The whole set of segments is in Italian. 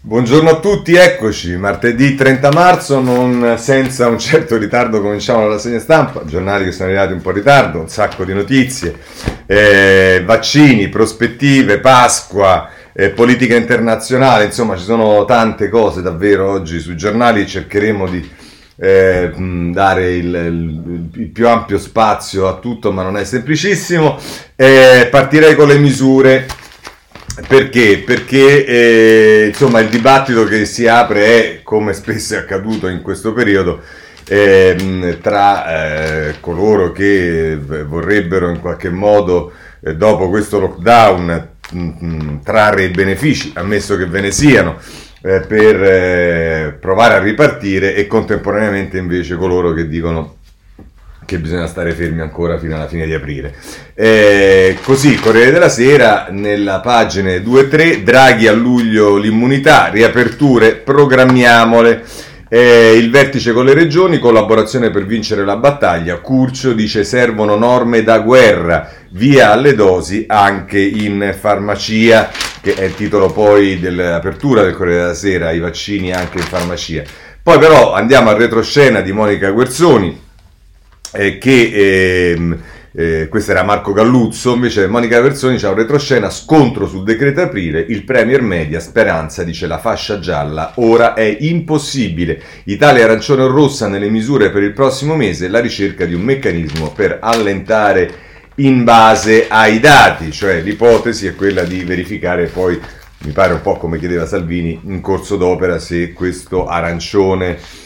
Buongiorno a tutti, eccoci, martedì 30 marzo, non senza un certo ritardo cominciamo la rassegna stampa, giornali che sono arrivati un po' in ritardo, un sacco di notizie, vaccini, prospettive, Pasqua, politica internazionale, insomma ci sono tante cose davvero oggi sui giornali, cercheremo di dare il più ampio spazio a tutto, ma non è semplicissimo. Partirei con le misure. Perché? Perché insomma il dibattito che si apre è, come spesso è accaduto in questo periodo, tra coloro che vorrebbero in qualche modo, dopo questo lockdown, trarre i benefici, ammesso che ve ne siano, per provare a ripartire, e contemporaneamente invece coloro che dicono che bisogna stare fermi ancora fino alla fine di aprile. Così, Corriere della Sera, nella pagina 2 e 3, Draghi a luglio l'immunità, riaperture, programmiamole, il vertice con le regioni, collaborazione per vincere la battaglia, Curcio dice servono norme da guerra, via alle dosi anche in farmacia, che è il titolo poi dell'apertura del Corriere della Sera, i vaccini anche in farmacia. Poi però andiamo al retroscena di Monica Guerzoni, questo era Marco Galluzzo, invece Monica Guerzoni c'ha un retroscena, scontro sul decreto aprile, il premier media, Speranza dice la fascia gialla ora è impossibile, Italia arancione o rossa nelle misure per il prossimo mese, la ricerca di un meccanismo per allentare in base ai dati, cioè l'ipotesi è quella di verificare poi, mi pare un po' come chiedeva Salvini, in corso d'opera se questo arancione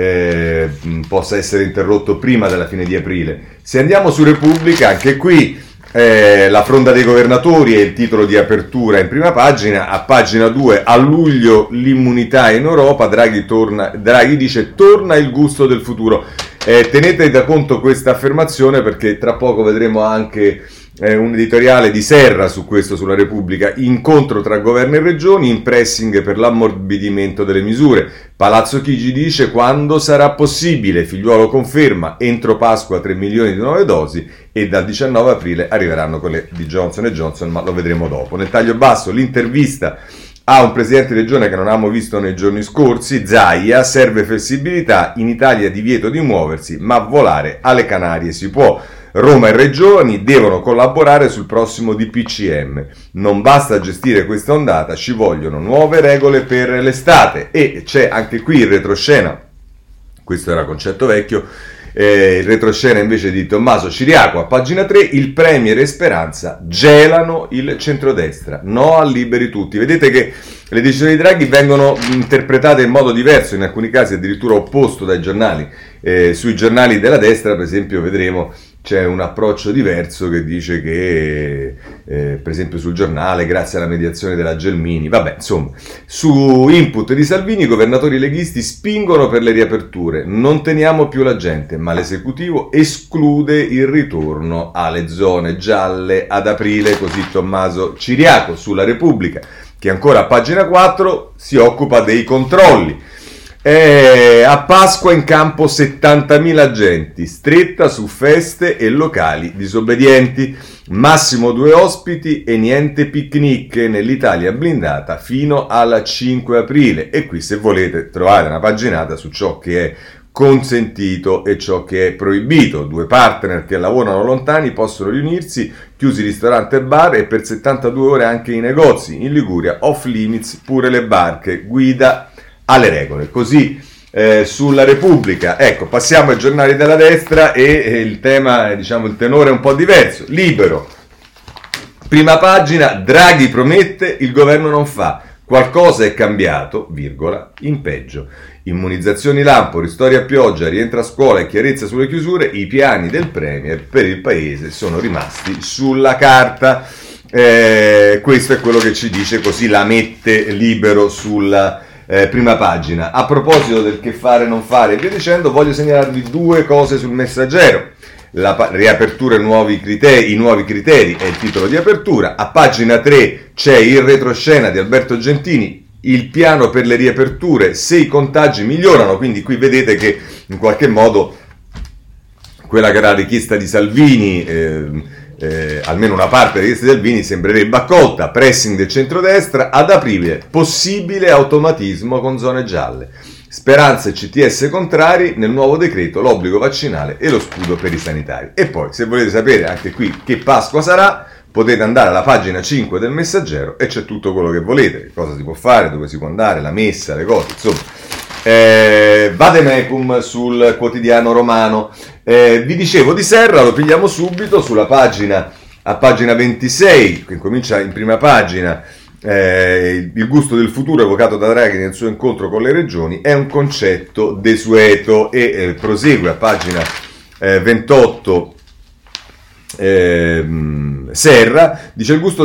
possa essere interrotto prima della fine di aprile. Se andiamo su Repubblica, anche qui la fronda dei governatori è il titolo di apertura in prima pagina. A pagina 2, a luglio l'immunità in Europa, Draghi dice torna il gusto del futuro. Tenete da conto questa affermazione, perché tra poco vedremo anche un editoriale di Serra su questo, sulla Repubblica. Incontro tra governo e regioni, in pressing per l'ammorbidimento delle misure. Palazzo Chigi dice quando sarà possibile, Figliuolo conferma entro Pasqua 3 milioni di nuove dosi e dal 19 aprile arriveranno quelle di Johnson & Johnson, ma lo vedremo dopo. Nel taglio basso l'intervista a un presidente di regione che non abbiamo visto nei giorni scorsi, Zaia, serve flessibilità, in Italia divieto di muoversi, ma volare alle Canarie si può. Roma e regioni devono collaborare sul prossimo DPCM. Non basta gestire questa ondata, ci vogliono nuove regole per l'estate. E c'è anche qui il retroscena, questo era concetto vecchio, il retroscena invece di Tommaso Ciriaco a pagina 3, il premier e Speranza gelano il centrodestra, no a liberi tutti. Vedete che le decisioni di Draghi vengono interpretate in modo diverso, in alcuni casi addirittura opposto dai giornali. Sui giornali della destra, per esempio, vedremo c'è un approccio diverso che dice che, per esempio sul giornale, grazie alla mediazione della Gelmini, vabbè, insomma, su input di Salvini, i governatori leghisti spingono per le riaperture, non teniamo più la gente, ma l'esecutivo esclude il ritorno alle zone gialle ad aprile, così Tommaso Ciriaco. Sulla Repubblica, che ancora a pagina 4 si occupa dei controlli. A Pasqua in campo 70.000 agenti, stretta su feste e locali disobbedienti, massimo 2 ospiti e niente picnic nell'Italia blindata fino al 5 aprile. E qui, se volete, trovate una paginata su ciò che è consentito e ciò che è proibito. 2 partner che lavorano lontani possono riunirsi, chiusi ristoranti e bar, e per 72 ore anche i negozi. In Liguria off limits pure le barche, guida alle regole. Così sulla Repubblica. Ecco, passiamo ai giornali della destra e il tema, diciamo, il tenore è un po' diverso. Libero, prima pagina, Draghi promette, il governo non fa. Qualcosa è cambiato, virgola, in peggio. Immunizzazioni lampo, ristori a pioggia, rientra a scuola e chiarezza sulle chiusure, i piani del Premier per il paese sono rimasti sulla carta. Questo è quello che ci dice, così la mette Libero sulla prima pagina. A proposito del che fare, non fare e via dicendo, voglio segnalarvi 2 cose sul Messaggero. La riapertura e i nuovi criteri è il titolo di apertura. A pagina 3 c'è il retroscena di Alberto Gentini, il piano per le riaperture se i contagi migliorano, quindi qui vedete che in qualche modo quella che era la richiesta di Salvini almeno una parte dei richieste di Salvini sembrerebbe accolta. Pressing del centrodestra ad aprire possibile automatismo con zone gialle. Speranza e CTS contrari, nel nuovo decreto l'obbligo vaccinale e lo scudo per i sanitari. E poi, se volete sapere anche qui che Pasqua sarà, potete andare alla pagina 5 del Messaggero e c'è tutto quello che volete, cosa si può fare, dove si può andare, la messa, le cose, insomma. Vademecum sul quotidiano romano. Vi dicevo di Serra, lo pigliamo subito sulla pagina, a pagina 26, che comincia in prima pagina. Il gusto del futuro evocato da Draghi nel suo incontro con le regioni è un concetto desueto, e prosegue a pagina 28. Serra dice: il gusto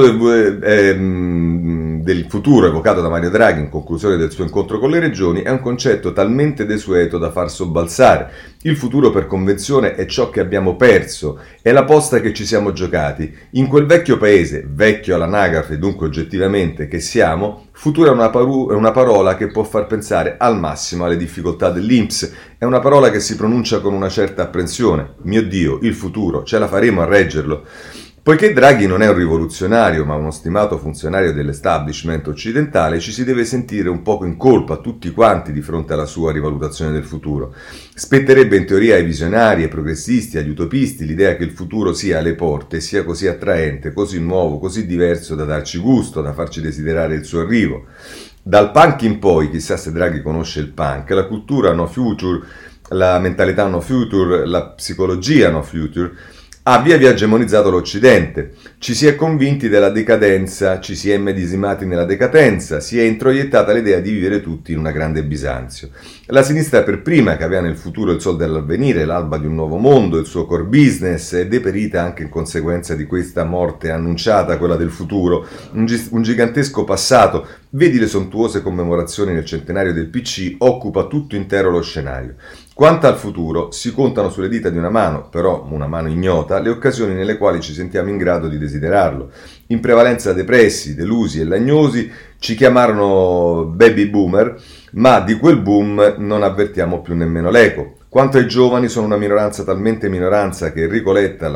del futuro evocato da Mario Draghi in conclusione del suo incontro con le regioni è un concetto talmente desueto da far sobbalzare. Il futuro per convenzione è ciò che abbiamo perso, è la posta che ci siamo giocati. In quel vecchio paese, vecchio all'anagrafe dunque oggettivamente che siamo, futuro è una parola che può far pensare al massimo alle difficoltà dell'INPS, è una parola che si pronuncia con una certa apprensione. Mio Dio, il futuro, ce la faremo a reggerlo? Poiché Draghi non è un rivoluzionario, ma uno stimato funzionario dell'establishment occidentale, ci si deve sentire un poco in colpa tutti quanti di fronte alla sua rivalutazione del futuro. Spetterebbe in teoria ai visionari, ai progressisti, agli utopisti l'idea che il futuro sia alle porte, sia così attraente, così nuovo, così diverso da darci gusto, da farci desiderare il suo arrivo. Dal punk in poi, chissà se Draghi conosce il punk, la cultura no future, la mentalità no future, la psicologia no future, ha via via egemonizzato l'Occidente, ci si è convinti della decadenza, ci si è immedesimati nella decadenza, si è introiettata l'idea di vivere tutti in una grande Bisanzio. La sinistra per prima, che aveva nel futuro il sol dell'avvenire, l'alba di un nuovo mondo, il suo core business, è deperita anche in conseguenza di questa morte annunciata, quella del futuro, un gigantesco passato. Vedi le sontuose commemorazioni nel centenario del PC, occupa tutto intero lo scenario. Quanto al futuro, si contano sulle dita di una mano, però una mano ignota, le occasioni nelle quali ci sentiamo in grado di desiderarlo. In prevalenza depressi, delusi e lagnosi, ci chiamarono baby boomer, ma di quel boom non avvertiamo più nemmeno l'eco. Quanto ai giovani, sono una minoranza talmente minoranza che Enrico Letta,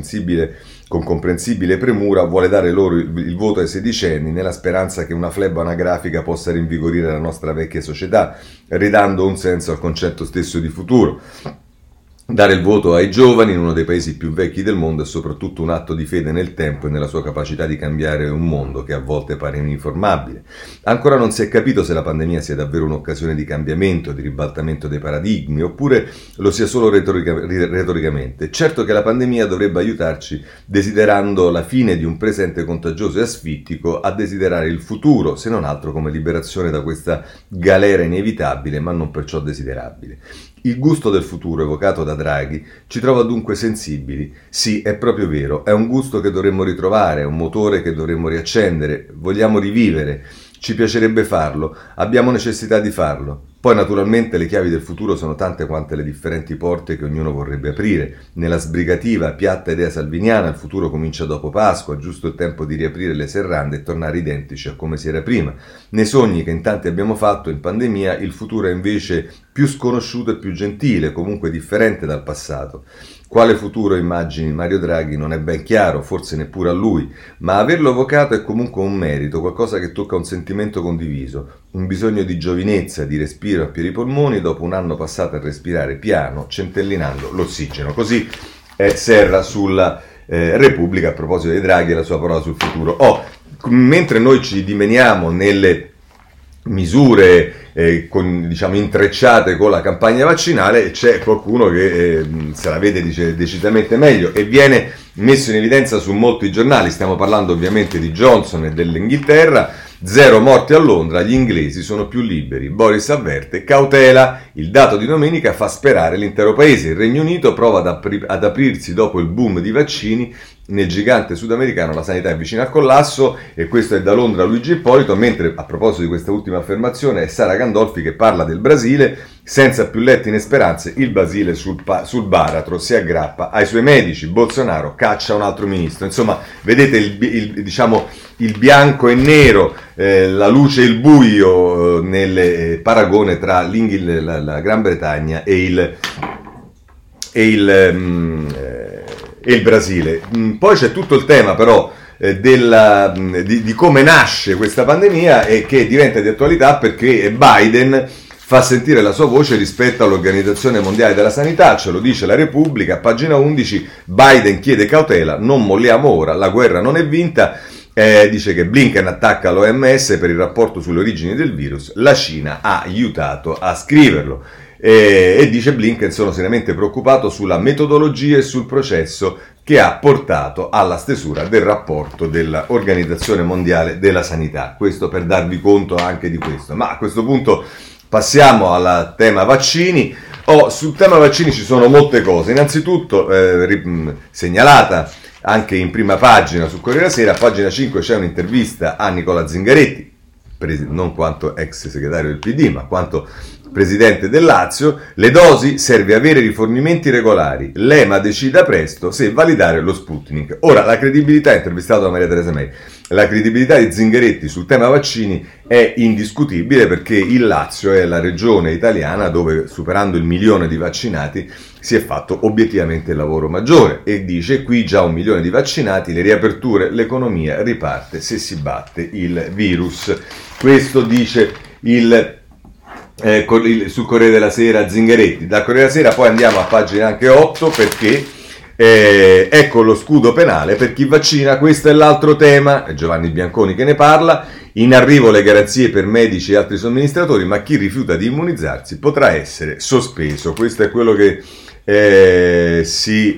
con comprensibile premura, vuole dare loro il voto ai sedicenni nella speranza che una flebba anagrafica possa rinvigorire la nostra vecchia società, ridando un senso al concetto stesso di futuro. Dare il voto ai giovani in uno dei paesi più vecchi del mondo è soprattutto un atto di fede nel tempo e nella sua capacità di cambiare un mondo che a volte pare ininformabile. Ancora non si è capito se la pandemia sia davvero un'occasione di cambiamento, di ribaltamento dei paradigmi, oppure lo sia solo retoricamente. Certo che la pandemia dovrebbe aiutarci, desiderando la fine di un presente contagioso e asfittico, a desiderare il futuro, se non altro come liberazione da questa galera inevitabile, ma non perciò desiderabile. Il gusto del futuro evocato da Draghi ci trova dunque sensibili. Sì, è proprio vero, è un gusto che dovremmo ritrovare, è un motore che dovremmo riaccendere, vogliamo rivivere, ci piacerebbe farlo, abbiamo necessità di farlo. Poi naturalmente le chiavi del futuro sono tante quante le differenti porte che ognuno vorrebbe aprire. Nella sbrigativa, piatta idea salviniana, il futuro comincia dopo Pasqua, giusto il tempo di riaprire le serrande e tornare identici a come si era prima. Nei sogni che in tanti abbiamo fatto in pandemia, il futuro è invece più sconosciuto e più gentile, comunque differente dal passato. Quale futuro immagini Mario Draghi non è ben chiaro, forse neppure a lui, ma averlo evocato è comunque un merito, qualcosa che tocca un sentimento condiviso, un bisogno di giovinezza, di respiro a pieni polmoni dopo un anno passato a respirare piano, centellinando l'ossigeno. Così Serra sulla Repubblica a proposito di Draghi e la sua parola sul futuro. Mentre noi ci dimeniamo nelle misure intrecciate con la campagna vaccinale, c'è qualcuno che se la vede decisamente meglio e viene messo in evidenza su molti giornali. Stiamo parlando ovviamente di Johnson e dell'Inghilterra. 0 morti a Londra, gli inglesi sono più liberi. Boris avverte, cautela, il dato di domenica fa sperare l'intero paese. Il Regno Unito prova ad aprirsi dopo il boom di vaccini. Nel gigante sudamericano la sanità è vicina al collasso, e questo è da Londra Luigi Ippolito, mentre a proposito di questa ultima affermazione è Sara Gandolfi che parla del Brasile. Senza più letti né speranze, il Brasile sul baratro si aggrappa ai suoi medici. Bolsonaro caccia un altro ministro. Insomma, vedete il bianco e nero, la luce e il buio nel paragone tra la Gran Bretagna e e il Brasile. Poi c'è tutto il tema però di come nasce questa pandemia e che diventa di attualità perché Biden fa sentire la sua voce rispetto all'Organizzazione Mondiale della Sanità, ce lo dice la Repubblica, pagina 11, Biden chiede cautela, non molliamo ora, la guerra non è vinta, dice che Blinken attacca l'OMS per il rapporto sulle origini del virus, la Cina ha aiutato a scriverlo. E dice Blinken sono seriamente preoccupato sulla metodologia e sul processo che ha portato alla stesura del rapporto dell'Organizzazione Mondiale della Sanità. Questo per darvi conto anche di questo. Ma a questo punto passiamo al tema vaccini. Sul tema vaccini ci sono molte cose. Innanzitutto, segnalata anche in prima pagina su Corriere della Sera, a pagina 5 c'è un'intervista a Nicola Zingaretti, non quanto ex segretario del PD, ma quanto presidente del Lazio. Le dosi serve avere rifornimenti regolari, l'EMA decida presto se validare lo Sputnik. Ora, la credibilità, intervistato da Maria Teresa Mei, la credibilità di Zingaretti sul tema vaccini è indiscutibile perché il Lazio è la regione italiana dove, superando il 1 milione di vaccinati, si è fatto obiettivamente il lavoro maggiore e dice qui già 1 milione di vaccinati, le riaperture, l'economia riparte se si batte il virus. Questo dice sul Corriere della Sera Zingaretti. Da Corriere della Sera poi andiamo a pagina anche 8 perché ecco lo scudo penale per chi vaccina, questo è l'altro tema, è Giovanni Bianconi che ne parla, in arrivo le garanzie per medici e altri somministratori, ma chi rifiuta di immunizzarsi potrà essere sospeso. Questo è quello che si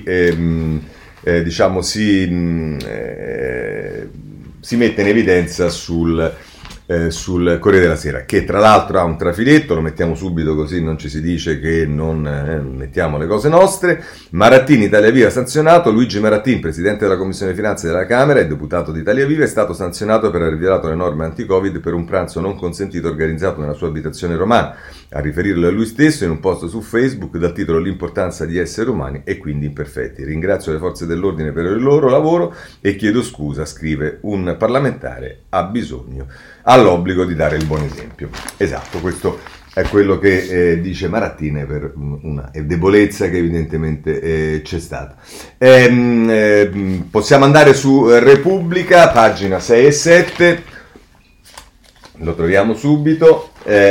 mette in evidenza sul Corriere della Sera, che tra l'altro ha un trafiletto, lo mettiamo subito così non ci si dice che non mettiamo le cose nostre. Marattini, Italia Viva sanzionato. Luigi Marattin, presidente della Commissione Finanze della Camera e deputato di Italia Viva, è stato sanzionato per aver violato le norme anti-Covid per un pranzo non consentito organizzato nella sua abitazione romana. A riferirlo è lui stesso in un post su Facebook dal titolo L'importanza di essere umani e quindi imperfetti. Ringrazio le forze dell'ordine per il loro lavoro e chiedo scusa, scrive un parlamentare, ha l'obbligo di dare il buon esempio. Esatto, questo è quello che dice Marattini per una debolezza che evidentemente c'è stata. Possiamo andare su Repubblica, pagina 6 e 7, lo troviamo subito.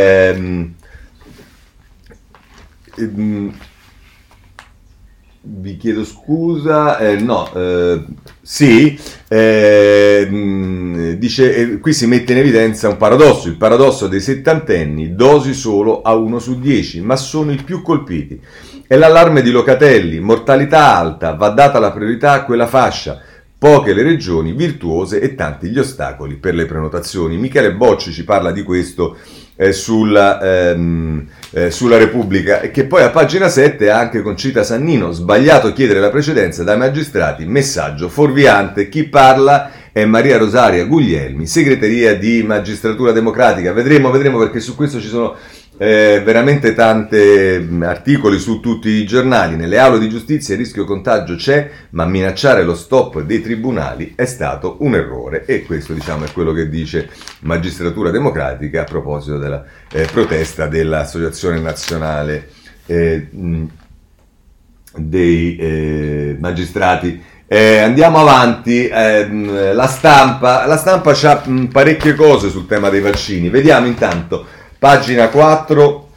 Vi chiedo scusa, dice, qui si mette in evidenza un paradosso, il paradosso dei settantenni, dosi solo a 1 su 10, ma sono i più colpiti. È l'allarme di Locatelli, mortalità alta, va data la priorità a quella fascia, poche le regioni virtuose e tanti gli ostacoli per le prenotazioni. Michele Bocci ci parla di questo sulla Repubblica, e che poi a pagina 7 ha anche Concita Sannino, sbagliato chiedere la precedenza dai magistrati, messaggio fuorviante, chi parla è Maria Rosaria Guglielmi, segreteria di Magistratura Democratica. Vedremo perché su questo ci sono veramente tanti articoli su tutti i giornali. Nelle aule di giustizia il rischio contagio c'è, ma minacciare lo stop dei tribunali è stato un errore, e questo è quello che dice Magistratura Democratica a proposito della protesta dell'Associazione Nazionale dei Magistrati. Andiamo avanti. La stampa c'ha parecchie cose sul tema dei vaccini. Vediamo intanto pagina 4,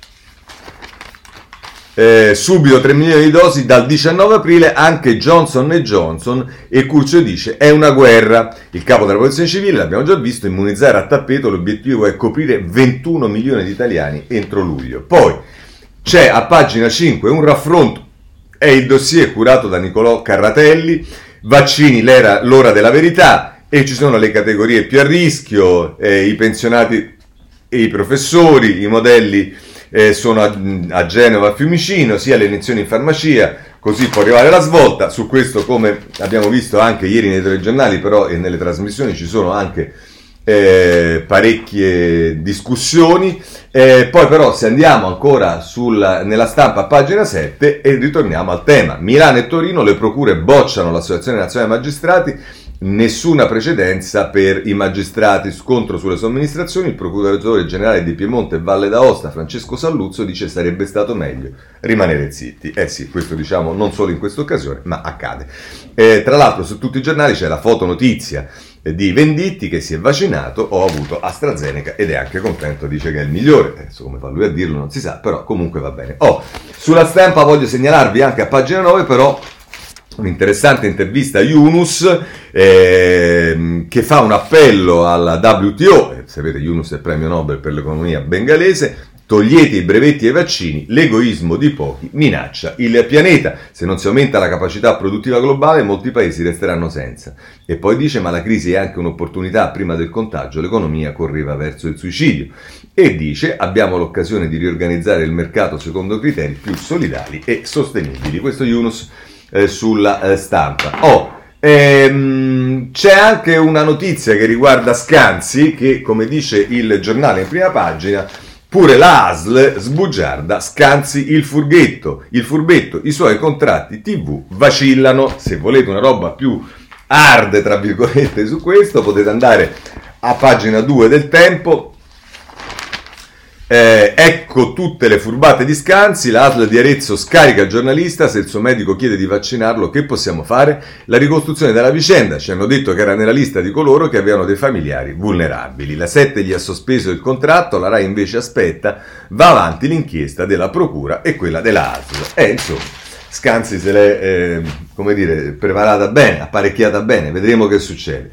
subito 3 milioni di dosi dal 19 aprile, anche Johnson & Johnson, e Curcio dice è una guerra. Il capo della protezione civile, l'abbiamo già visto, immunizzare a tappeto, l'obiettivo è coprire 21 milioni di italiani entro luglio. Poi c'è a pagina 5 un raffronto, è il dossier curato da Nicolò Carratelli, vaccini, l'ora della verità, e ci sono le categorie più a rischio, i pensionati e i professori, i modelli sono a Genova, a Fiumicino, sia le iniezioni in farmacia, così può arrivare la svolta. Su questo, come abbiamo visto anche ieri nei telegiornali, però e nelle trasmissioni ci sono anche parecchie discussioni. Poi però se andiamo ancora nella stampa a pagina 7 e ritorniamo al tema, Milano e Torino, le procure bocciano l'Associazione Nazionale Magistrati, nessuna precedenza per i magistrati. Scontro sulle somministrazioni, il procuratore generale di Piemonte e Valle d'Aosta Francesco Salluzzo dice sarebbe stato meglio rimanere zitti. Sì, questo diciamo non solo in questa occasione, ma accade. Tra l'altro su tutti i giornali c'è la fotonotizia di Venditti che si è vaccinato, ho avuto AstraZeneca ed è anche contento, dice che è il migliore. Adesso come fa lui a dirlo non si sa, però comunque va bene. Sulla Stampa voglio segnalarvi anche a pagina 9 però un'interessante intervista a Yunus che fa un appello alla WTO, sapete Yunus è premio Nobel per l'economia bengalese, togliete i brevetti ai vaccini, l'egoismo di pochi minaccia il pianeta, se non si aumenta la capacità produttiva globale molti paesi resteranno senza. E poi dice ma la crisi è anche un'opportunità, prima del contagio l'economia correva verso il suicidio. E dice abbiamo l'occasione di riorganizzare il mercato secondo criteri più solidali e sostenibili. Questo Yunus sulla Stampa. C'è anche una notizia che riguarda Scanzi che, come dice il giornale in prima pagina, pure la ASL sbugiarda Scanzi il furbetto, i suoi contratti TV vacillano. Se volete una roba più hard tra virgolette su questo potete andare a pagina 2 del Tempo. Ecco tutte le furbate di Scanzi, la ASL di Arezzo scarica il giornalista, se il suo medico chiede di vaccinarlo che possiamo fare? La ricostruzione della vicenda, ci hanno detto che era nella lista di coloro che avevano dei familiari vulnerabili, la 7 gli ha sospeso il contratto, la RAI invece aspetta, va avanti l'inchiesta della procura e quella della ASL. Insomma, Scanzi se l'è, preparata bene, apparecchiata bene, vedremo che succede.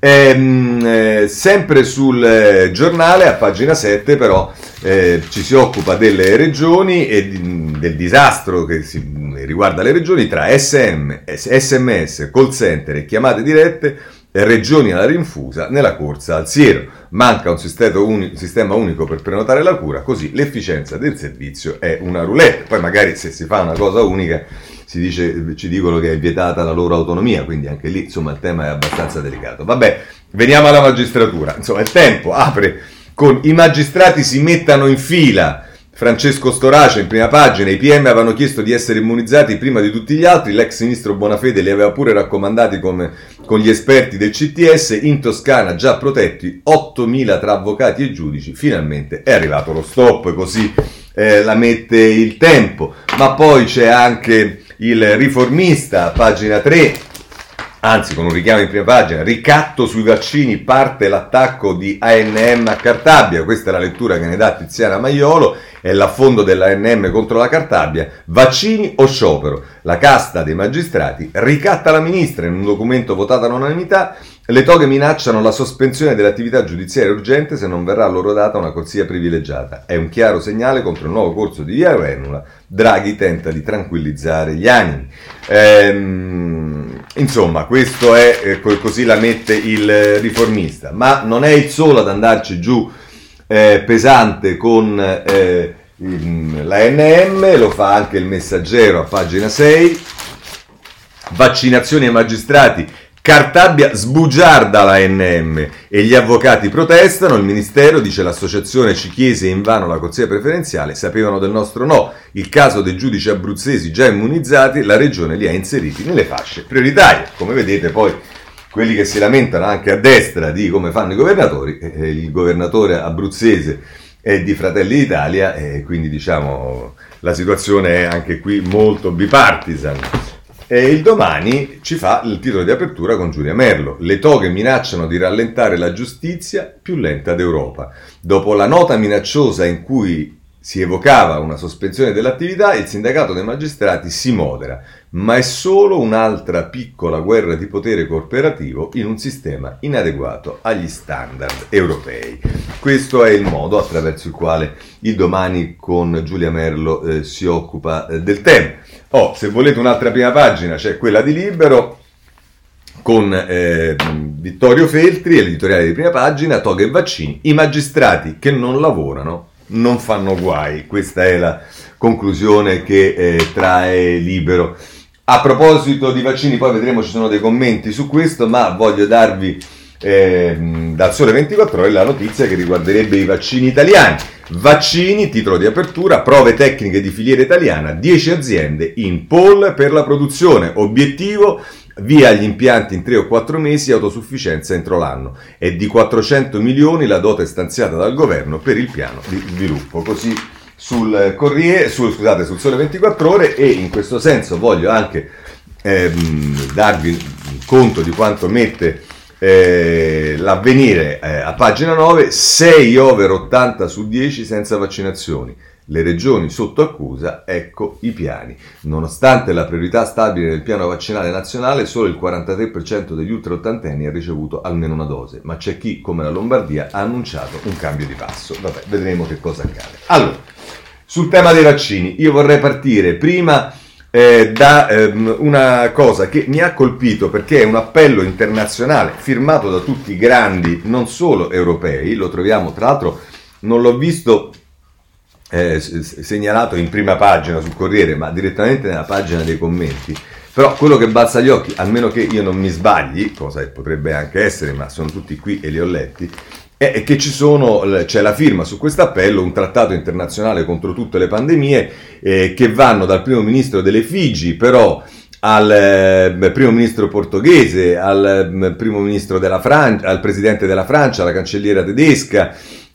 Sempre sul giornale, a pagina 7 però, ci si occupa delle regioni e del disastro che riguarda le regioni tra SMS, call center e chiamate dirette, regioni alla rinfusa nella corsa al siero. Manca un sistema unico per prenotare la cura, così l'efficienza del servizio è una roulette. Poi magari se si fa una cosa unica ci dicono che è vietata la loro autonomia, quindi anche lì insomma il tema è abbastanza delicato. Vabbè, veniamo alla magistratura. Insomma, il Tempo apre con i magistrati si mettano in fila. Francesco Storace in prima pagina, i PM avevano chiesto di essere immunizzati prima di tutti gli altri, l'ex ministro Bonafede li aveva pure raccomandati come con gli esperti del CTS, in Toscana già protetti 8.000 tra avvocati e giudici, finalmente è arrivato lo stop, così la mette il Tempo. Ma poi c'è anche il Riformista, pagina 3, anzi con un richiamo in prima pagina, ricatto sui vaccini, parte l'attacco di ANM a Cartabia, questa è la lettura che ne dà Tiziana Maiolo, è l'affondo dell'ANM contro la Cartabia, vaccini o sciopero, la casta dei magistrati ricatta la ministra in un documento votato all'unanimità, le toghe minacciano la sospensione dell'attività giudiziaria urgente se non verrà loro data una corsia privilegiata, è un chiaro segnale contro il nuovo corso di via Renula, Draghi tenta di tranquillizzare gli animi. Insomma, questo è, così la mette il Riformista, ma non è il solo ad andarci giù pesante con l'ANM, lo fa anche il Messaggero a pagina 6, vaccinazioni ai magistrati, Cartabia sbugiarda l'ANM e gli avvocati protestano, il ministero dice l'associazione ci chiese invano la corsia preferenziale, sapevano del nostro no, il caso dei giudici abruzzesi già immunizzati, la regione li ha inseriti nelle fasce prioritarie. Come vedete poi quelli che si lamentano anche a destra di come fanno i governatori, il governatore abruzzese è di Fratelli d'Italia e quindi diciamo la situazione è anche qui molto bipartisan. E il Domani ci fa il titolo di apertura con Giulia Merlo. Le toghe minacciano di rallentare la giustizia più lenta d'Europa. Dopo la nota minacciosa in cui si evocava una sospensione dell'attività, il sindacato dei magistrati si modera, ma è solo un'altra piccola guerra di potere corporativo in un sistema inadeguato agli standard europei. Questo è il modo attraverso il quale il Domani con Giulia Merlo si occupa del tema. Se volete un'altra prima pagina c'è quella di Libero con Vittorio Feltri, l'editoriale di prima pagina, toghe e vaccini, i magistrati che non lavorano non fanno guai. Questa è la conclusione che trae Libero. A proposito di vaccini, poi vedremo, ci sono dei commenti su questo, ma voglio darvi dal Sole 24 Ore la notizia che riguarderebbe i vaccini italiani. Vaccini, titolo di apertura, prove tecniche di filiera italiana, 10 aziende in pole per la produzione, obiettivo via gli impianti in 3 o 4 mesi, autosufficienza entro l'anno. È di 400 milioni la dote stanziata dal governo per il piano di sviluppo. Così sul Sole 24 Ore, e in questo senso voglio anche darvi conto di quanto mette l'Avvenire a pagina 9. 6 over 80 su 10 senza vaccinazioni. Le regioni sotto accusa, ecco i piani. Nonostante la priorità stabile del piano vaccinale nazionale, solo il 43% degli ultraottantenni ha ricevuto almeno una dose, ma c'è chi, come la Lombardia, ha annunciato un cambio di passo. Vabbè, vedremo che cosa accade. Allora, sul tema dei vaccini, io vorrei partire prima da una cosa che mi ha colpito, perché è un appello internazionale firmato da tutti i grandi, non solo europei. Lo troviamo, tra l'altro, non l'ho visto segnalato in prima pagina sul Corriere, ma direttamente nella pagina dei commenti. Però quello che balza agli occhi, almeno che io non mi sbagli, cosa che potrebbe anche essere, ma sono tutti qui e li ho letti, è che c'è la firma su questo appello, un trattato internazionale contro tutte le pandemie, che vanno dal primo ministro delle Figi, però al primo ministro portoghese, al primo ministro della Francia, al presidente della Francia, alla cancelliera tedesca,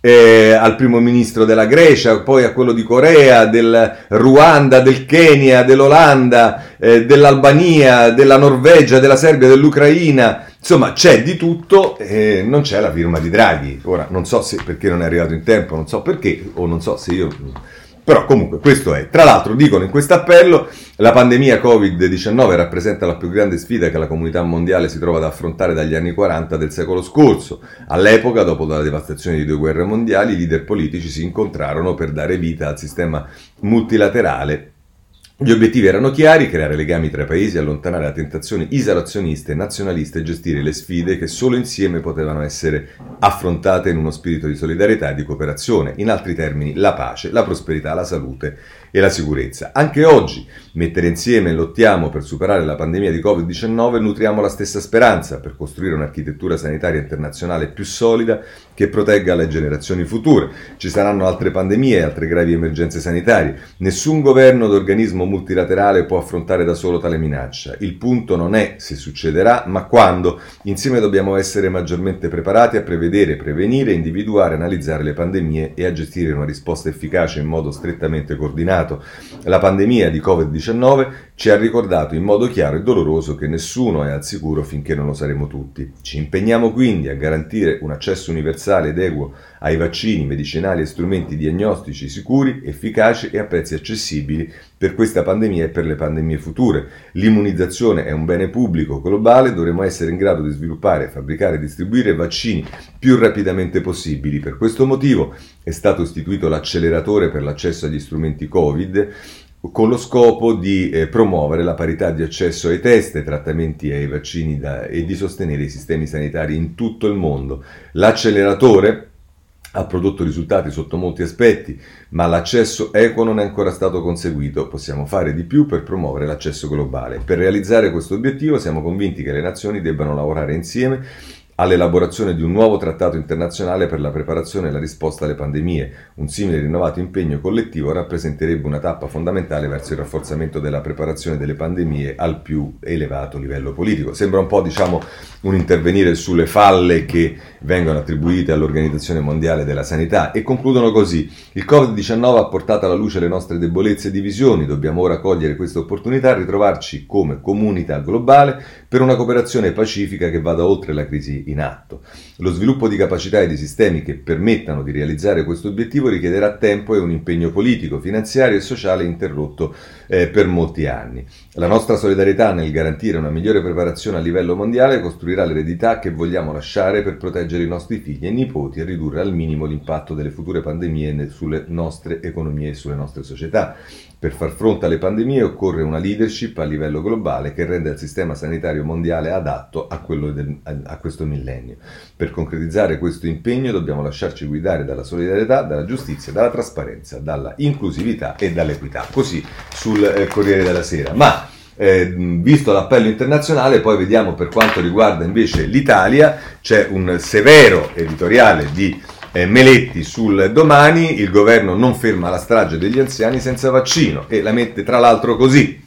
al primo ministro della Grecia, poi a quello di Corea, del Ruanda, del Kenya, dell'Olanda, dell'Albania, della Norvegia, della Serbia, dell'Ucraina. Insomma, c'è di tutto, non c'è la firma di Draghi. Ora, non so se perché non è arrivato in tempo, non so perché, o non so se io... Però comunque questo è. Tra l'altro dicono in questo appello: la pandemia Covid-19 rappresenta la più grande sfida che la comunità mondiale si trova ad affrontare dagli anni 40 del secolo scorso. All'epoca, dopo la devastazione di 2 guerre mondiali, i leader politici si incontrarono per dare vita al sistema multilaterale. Gli obiettivi erano chiari: creare legami tra i paesi, allontanare la tentazione isolazionista e nazionalista e gestire le sfide che solo insieme potevano essere affrontate in uno spirito di solidarietà e di cooperazione. In altri termini, la pace, la prosperità, la salute e la sicurezza. Anche oggi, mettere insieme e lottiamo per superare la pandemia di Covid-19, nutriamo la stessa speranza per costruire un'architettura sanitaria internazionale più solida che protegga le generazioni future. Ci saranno altre pandemie e altre gravi emergenze sanitarie. Nessun governo o organismo multilaterale può affrontare da solo tale minaccia. Il punto non è se succederà, ma quando. Insieme dobbiamo essere maggiormente preparati a prevedere, prevenire, individuare, analizzare le pandemie e a gestire una risposta efficace in modo strettamente coordinato. La pandemia di Covid-19 ci ha ricordato in modo chiaro e doloroso che nessuno è al sicuro finché non lo saremo tutti. Ci impegniamo quindi a garantire un accesso universale ed equo ai vaccini, medicinali e strumenti diagnostici sicuri, efficaci e a prezzi accessibili per questa pandemia e per le pandemie future. L'immunizzazione è un bene pubblico globale, dovremo essere in grado di sviluppare, fabbricare e distribuire vaccini più rapidamente possibili. Per questo motivo è stato istituito l'acceleratore per l'accesso agli strumenti Covid, con lo scopo di promuovere la parità di accesso ai test, ai trattamenti e ai vaccini e di sostenere i sistemi sanitari in tutto il mondo. L'acceleratore ha prodotto risultati sotto molti aspetti, ma l'accesso equo non è ancora stato conseguito. Possiamo fare di più per promuovere l'accesso globale. Per realizzare questo obiettivo siamo convinti che le nazioni debbano lavorare insieme all'elaborazione di un nuovo trattato internazionale per la preparazione e la risposta alle pandemie. Un simile rinnovato impegno collettivo rappresenterebbe una tappa fondamentale verso il rafforzamento della preparazione delle pandemie al più elevato livello politico. Sembra un po', un intervenire sulle falle che vengono attribuite all'Organizzazione Mondiale della Sanità, e concludono così: il Covid-19 ha portato alla luce le nostre debolezze e divisioni, dobbiamo ora cogliere questa opportunità e ritrovarci come comunità globale per una cooperazione pacifica che vada oltre la crisi in atto. Lo sviluppo di capacità e di sistemi che permettano di realizzare questo obiettivo richiederà tempo e un impegno politico, finanziario e sociale interrotto per molti anni. La nostra solidarietà nel garantire una migliore preparazione a livello mondiale costruirà l'eredità che vogliamo lasciare per proteggere i nostri figli e nipoti e ridurre al minimo l'impatto delle future pandemie sulle nostre economie e sulle nostre società. Per far fronte alle pandemie occorre una leadership a livello globale che renda il sistema sanitario mondiale adatto a questo millennio. Per concretizzare questo impegno dobbiamo lasciarci guidare dalla solidarietà, dalla giustizia, dalla trasparenza, dalla inclusività e dall'equità. Così sul Corriere della Sera. Ma visto l'appello internazionale, poi vediamo per quanto riguarda invece l'Italia. C'è un severo editoriale di Meletti sul Domani: il governo non ferma la strage degli anziani senza vaccino, e la mette tra l'altro così: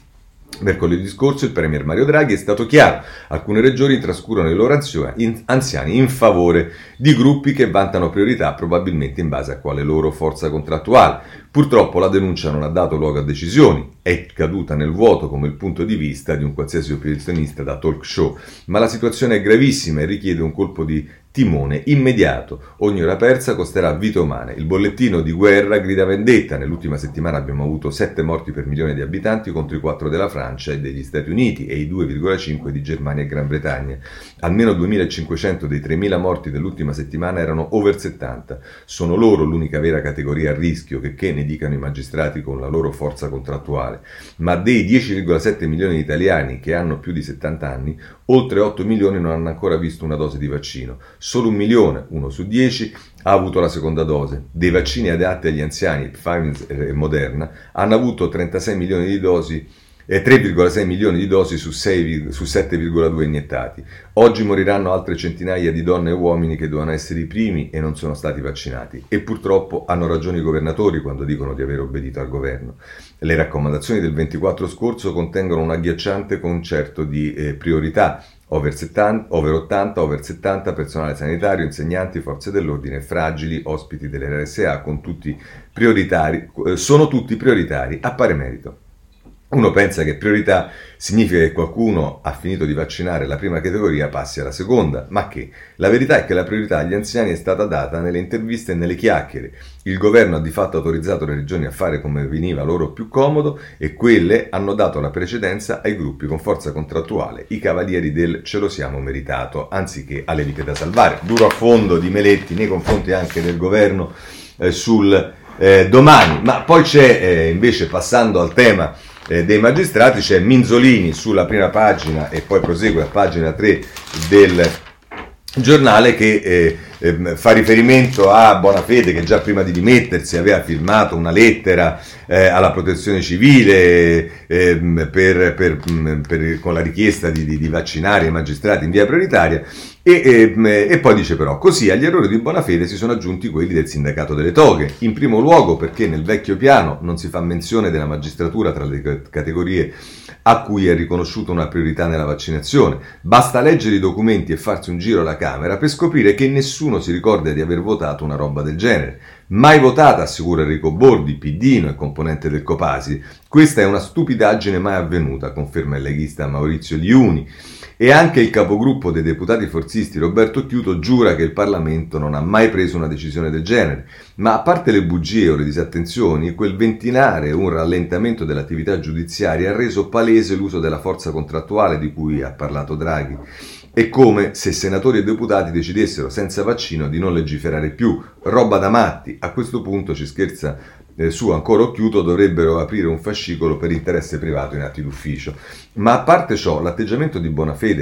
Mercoledì scorso il premier Mario Draghi è stato chiaro: alcune regioni trascurano i loro anziani in favore di gruppi che vantano priorità probabilmente in base a quale loro forza contrattuale. Purtroppo la denuncia non ha dato luogo a decisioni, è caduta nel vuoto come il punto di vista di un qualsiasi opinionista da talk show, ma la situazione è gravissima e richiede un colpo di timone immediato. Ogni ora persa costerà vite umane. Il bollettino di guerra grida vendetta. Nell'ultima settimana abbiamo avuto 7 morti per milione di abitanti contro i 4 della Francia e degli Stati Uniti e i 2,5 di Germania e Gran Bretagna. Almeno 2.500 dei 3.000 morti dell'ultima settimana erano over 70. Sono loro l'unica vera categoria a rischio, che ne dicano i magistrati con la loro forza contrattuale. Ma dei 10,7 milioni di italiani che hanno più di 70 anni, oltre 8 milioni non hanno ancora visto una dose di vaccino. Solo 1 milione, 1 su 10, ha avuto la seconda dose. Dei vaccini adatti agli anziani, Pfizer e Moderna, hanno avuto 36 milioni di dosi e 3,6 milioni di dosi su 7,2 iniettati. Oggi moriranno altre centinaia di donne e uomini che dovevano essere i primi e non sono stati vaccinati. E purtroppo hanno ragione i governatori quando dicono di aver obbedito al governo. Le raccomandazioni del 24 scorso contengono un agghiacciante concerto di priorità. Over 80, over 70, personale sanitario, insegnanti, forze dell'ordine, fragili, ospiti delle RSA, sono tutti prioritari a pari merito. Uno pensa che priorità significa che qualcuno ha finito di vaccinare la prima categoria, passi alla seconda, ma che? La verità è che la priorità agli anziani è stata data nelle interviste e nelle chiacchiere. Il governo ha di fatto autorizzato le regioni a fare come veniva loro più comodo e quelle hanno dato la precedenza ai gruppi con forza contrattuale, i cavalieri del ce lo siamo meritato, anziché alle vite da salvare. Duro affondo di Meletti nei confronti anche del governo sul domani. Ma poi c'è invece, passando al tema dei magistrati, c'è Minzolini sulla prima pagina e poi prosegue a pagina 3 del giornale che fa riferimento a Bonafede, che già prima di dimettersi aveva firmato una lettera alla protezione civile con la richiesta di vaccinare i magistrati in via prioritaria. E poi dice però, così agli errori di Bonafede si sono aggiunti quelli del sindacato delle toghe, in primo luogo perché nel vecchio piano non si fa menzione della magistratura tra le categorie a cui è riconosciuta una priorità nella vaccinazione. Basta leggere i documenti e farsi un giro alla Camera per scoprire che nessuno si ricorda di aver votato una roba del genere. Mai votata, assicura Enrico Bordi, piddino e componente del Copasir. Questa è una stupidaggine mai avvenuta, conferma il leghista Maurizio Liuni. E anche il capogruppo dei deputati forzisti Roberto Chiuto giura che il Parlamento non ha mai preso una decisione del genere. Ma a parte le bugie o le disattenzioni, quel ventilare un rallentamento dell'attività giudiziaria ha reso palese l'uso della forza contrattuale di cui ha parlato Draghi. È come se senatori e deputati decidessero senza vaccino di non legiferare più. Roba da matti. A questo punto ci scherza su ancora Occhiuto, dovrebbero aprire un fascicolo per interesse privato in atti d'ufficio. Ma a parte ciò, l'atteggiamento di Bonafede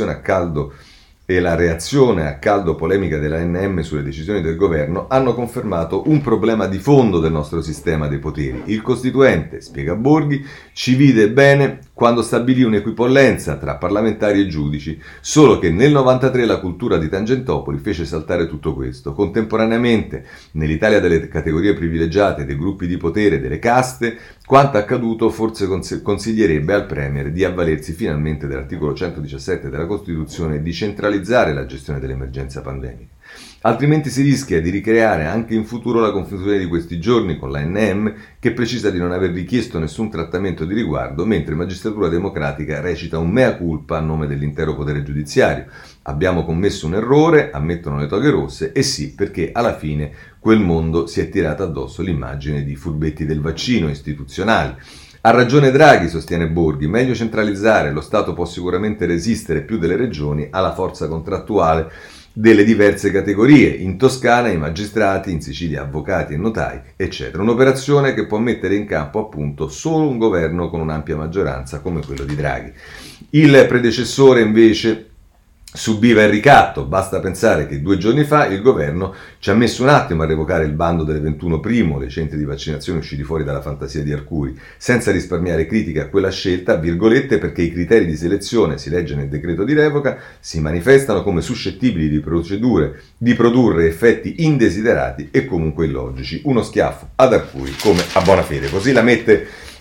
e la reazione a caldo polemica dell'ANM sulle decisioni del governo hanno confermato un problema di fondo del nostro sistema dei poteri. Il Costituente, spiega Borghi, ci vide bene quando stabilì un'equipollenza tra parlamentari e giudici, solo che nel 93 la cultura di Tangentopoli fece saltare tutto questo. Contemporaneamente, nell'Italia delle categorie privilegiate, dei gruppi di potere, delle caste, quanto accaduto forse consiglierebbe al Premier di avvalersi finalmente dell'articolo 117 della Costituzione e di centralizzare la gestione dell'emergenza pandemica. Altrimenti si rischia di ricreare anche in futuro la confusione di questi giorni con l'ANM, che precisa di non aver richiesto nessun trattamento di riguardo, mentre Magistratura Democratica recita un mea culpa a nome dell'intero potere giudiziario. Abbiamo commesso un errore, ammettono le toghe rosse, e sì, perché alla fine quel mondo si è tirato addosso l'immagine di furbetti del vaccino istituzionali. Ha ragione Draghi, sostiene Borghi, meglio centralizzare, lo Stato può sicuramente resistere più delle regioni alla forza contrattuale delle diverse categorie, in Toscana i magistrati, in Sicilia avvocati e notai, eccetera. Un'operazione che può mettere in campo appunto solo un governo con un'ampia maggioranza come quello di Draghi. Il predecessore invece subiva il ricatto, basta pensare che 2 giorni fa il governo ci ha messo un attimo a revocare il bando delle 21 primo, le centri di vaccinazione usciti fuori dalla fantasia di Arcuri, senza risparmiare critiche a quella scelta, virgolette, perché i criteri di selezione, si legge nel decreto di revoca, si manifestano come suscettibili di produrre effetti indesiderati e comunque illogici. Uno schiaffo ad Arcuri come a Bonafede, così la mette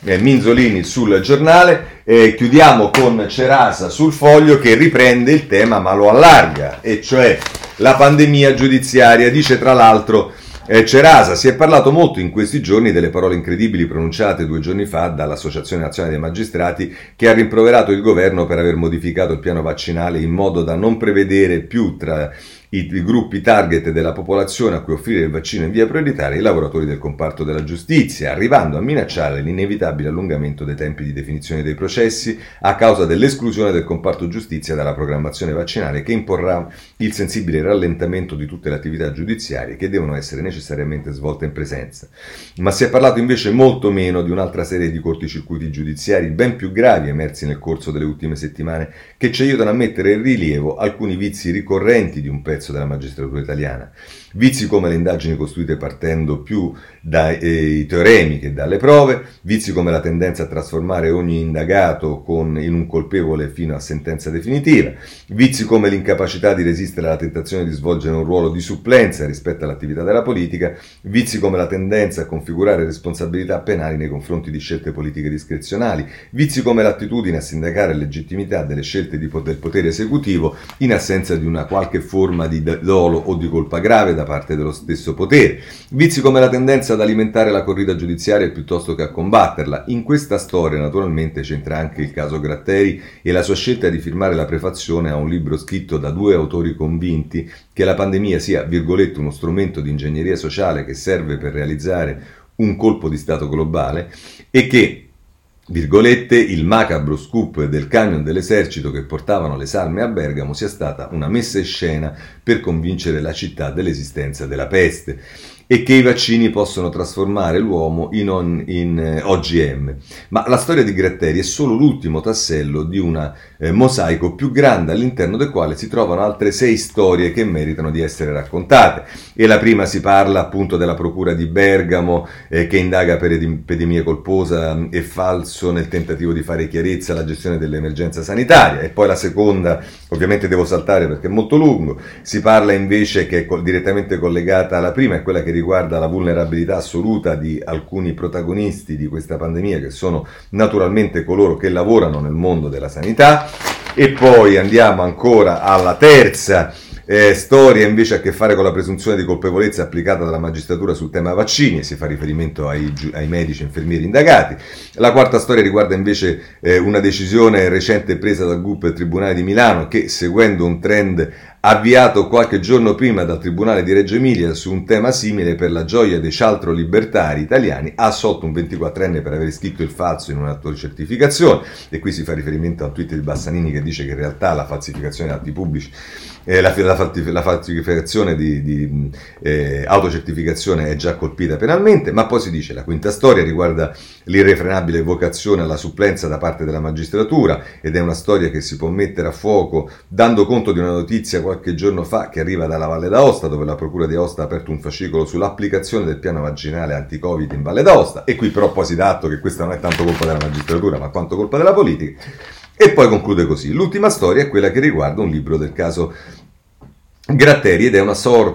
Minzolini sul Giornale. Chiudiamo con Cerasa sul Foglio, che riprende il tema ma lo allarga, e cioè la pandemia giudiziaria. Dice tra l'altro Cerasa: si è parlato molto in questi giorni delle parole incredibili pronunciate 2 giorni fa dall'Associazione Nazionale dei Magistrati, che ha rimproverato il governo per aver modificato il piano vaccinale in modo da non prevedere più tra i gruppi target della popolazione a cui offrire il vaccino in via prioritaria i lavoratori del comparto della giustizia, arrivando a minacciare l'inevitabile allungamento dei tempi di definizione dei processi a causa dell'esclusione del comparto giustizia dalla programmazione vaccinale, che imporrà il sensibile rallentamento di tutte le attività giudiziarie che devono essere necessariamente svolte in presenza. Ma si è parlato invece molto meno di un'altra serie di corticircuiti giudiziari ben più gravi emersi nel corso delle ultime settimane, che ci aiutano a mettere in rilievo alcuni vizi ricorrenti di un pezzo della magistratura italiana. Vizi come le indagini costruite partendo più dai teoremi che dalle prove, vizi come la tendenza a trasformare ogni indagato in un colpevole fino a sentenza definitiva, vizi come l'incapacità di resistere alla tentazione di svolgere un ruolo di supplenza rispetto all'attività della politica, vizi come la tendenza a configurare responsabilità penali nei confronti di scelte politiche discrezionali, vizi come l'attitudine a sindacare legittimità delle scelte del potere esecutivo in assenza di una qualche forma di dolo o di colpa grave da parte dello stesso potere, vizi come la tendenza ad alimentare la corrida giudiziaria piuttosto che a combatterla. In questa storia naturalmente c'entra anche il caso Gratteri e la sua scelta di firmare la prefazione a un libro scritto da 2 autori convinti che la pandemia sia, virgolette, uno strumento di ingegneria sociale che serve per realizzare un colpo di stato globale, e che, virgolette, il macabro scoop del camion dell'esercito che portavano le salme a Bergamo sia stata una messa in scena per convincere la città dell'esistenza della peste, e che i vaccini possono trasformare l'uomo in OGM. Ma la storia di Gratteri è solo l'ultimo tassello di un mosaico più grande, all'interno del quale si trovano altre 6 storie che meritano di essere raccontate. E la prima si parla appunto della procura di Bergamo, che indaga per epidemia colposa e falso nel tentativo di fare chiarezza alla gestione dell'emergenza sanitaria. E poi la seconda, ovviamente devo saltare perché è molto lungo, si parla invece, che è direttamente collegata alla prima, è quella che riguarda la vulnerabilità assoluta di alcuni protagonisti di questa pandemia, che sono naturalmente coloro che lavorano nel mondo della sanità. E poi andiamo ancora alla terza storia, invece a che fare con la presunzione di colpevolezza applicata dalla magistratura sul tema vaccini, e si fa riferimento ai medici e infermieri indagati. La quarta storia riguarda invece una decisione recente presa dal GUP Tribunale di Milano, che, seguendo un trend avviato qualche giorno prima dal Tribunale di Reggio Emilia su un tema simile, per la gioia dei cialtro libertari italiani, ha assolto un 24enne per aver scritto il falso in un atto di certificazione. E qui si fa riferimento a un tweet di Bassanini che dice che in realtà la falsificazione di atti pubblici, la falsificazione di autocertificazione è già colpita penalmente. Ma poi si dice: la quinta storia riguarda l'irrefrenabile vocazione alla supplenza da parte della magistratura, ed è una storia che si può mettere a fuoco dando conto di una notizia qualche giorno fa che arriva dalla Valle d'Aosta, dove la Procura di Aosta ha aperto un fascicolo sull'applicazione del piano vaccinale anti-Covid in Valle d'Aosta. E qui però poi si dà atto che questa non è tanto colpa della magistratura, ma quanto colpa della politica. E poi conclude così: l'ultima storia è quella che riguarda un libro del caso Gratteri, ed è una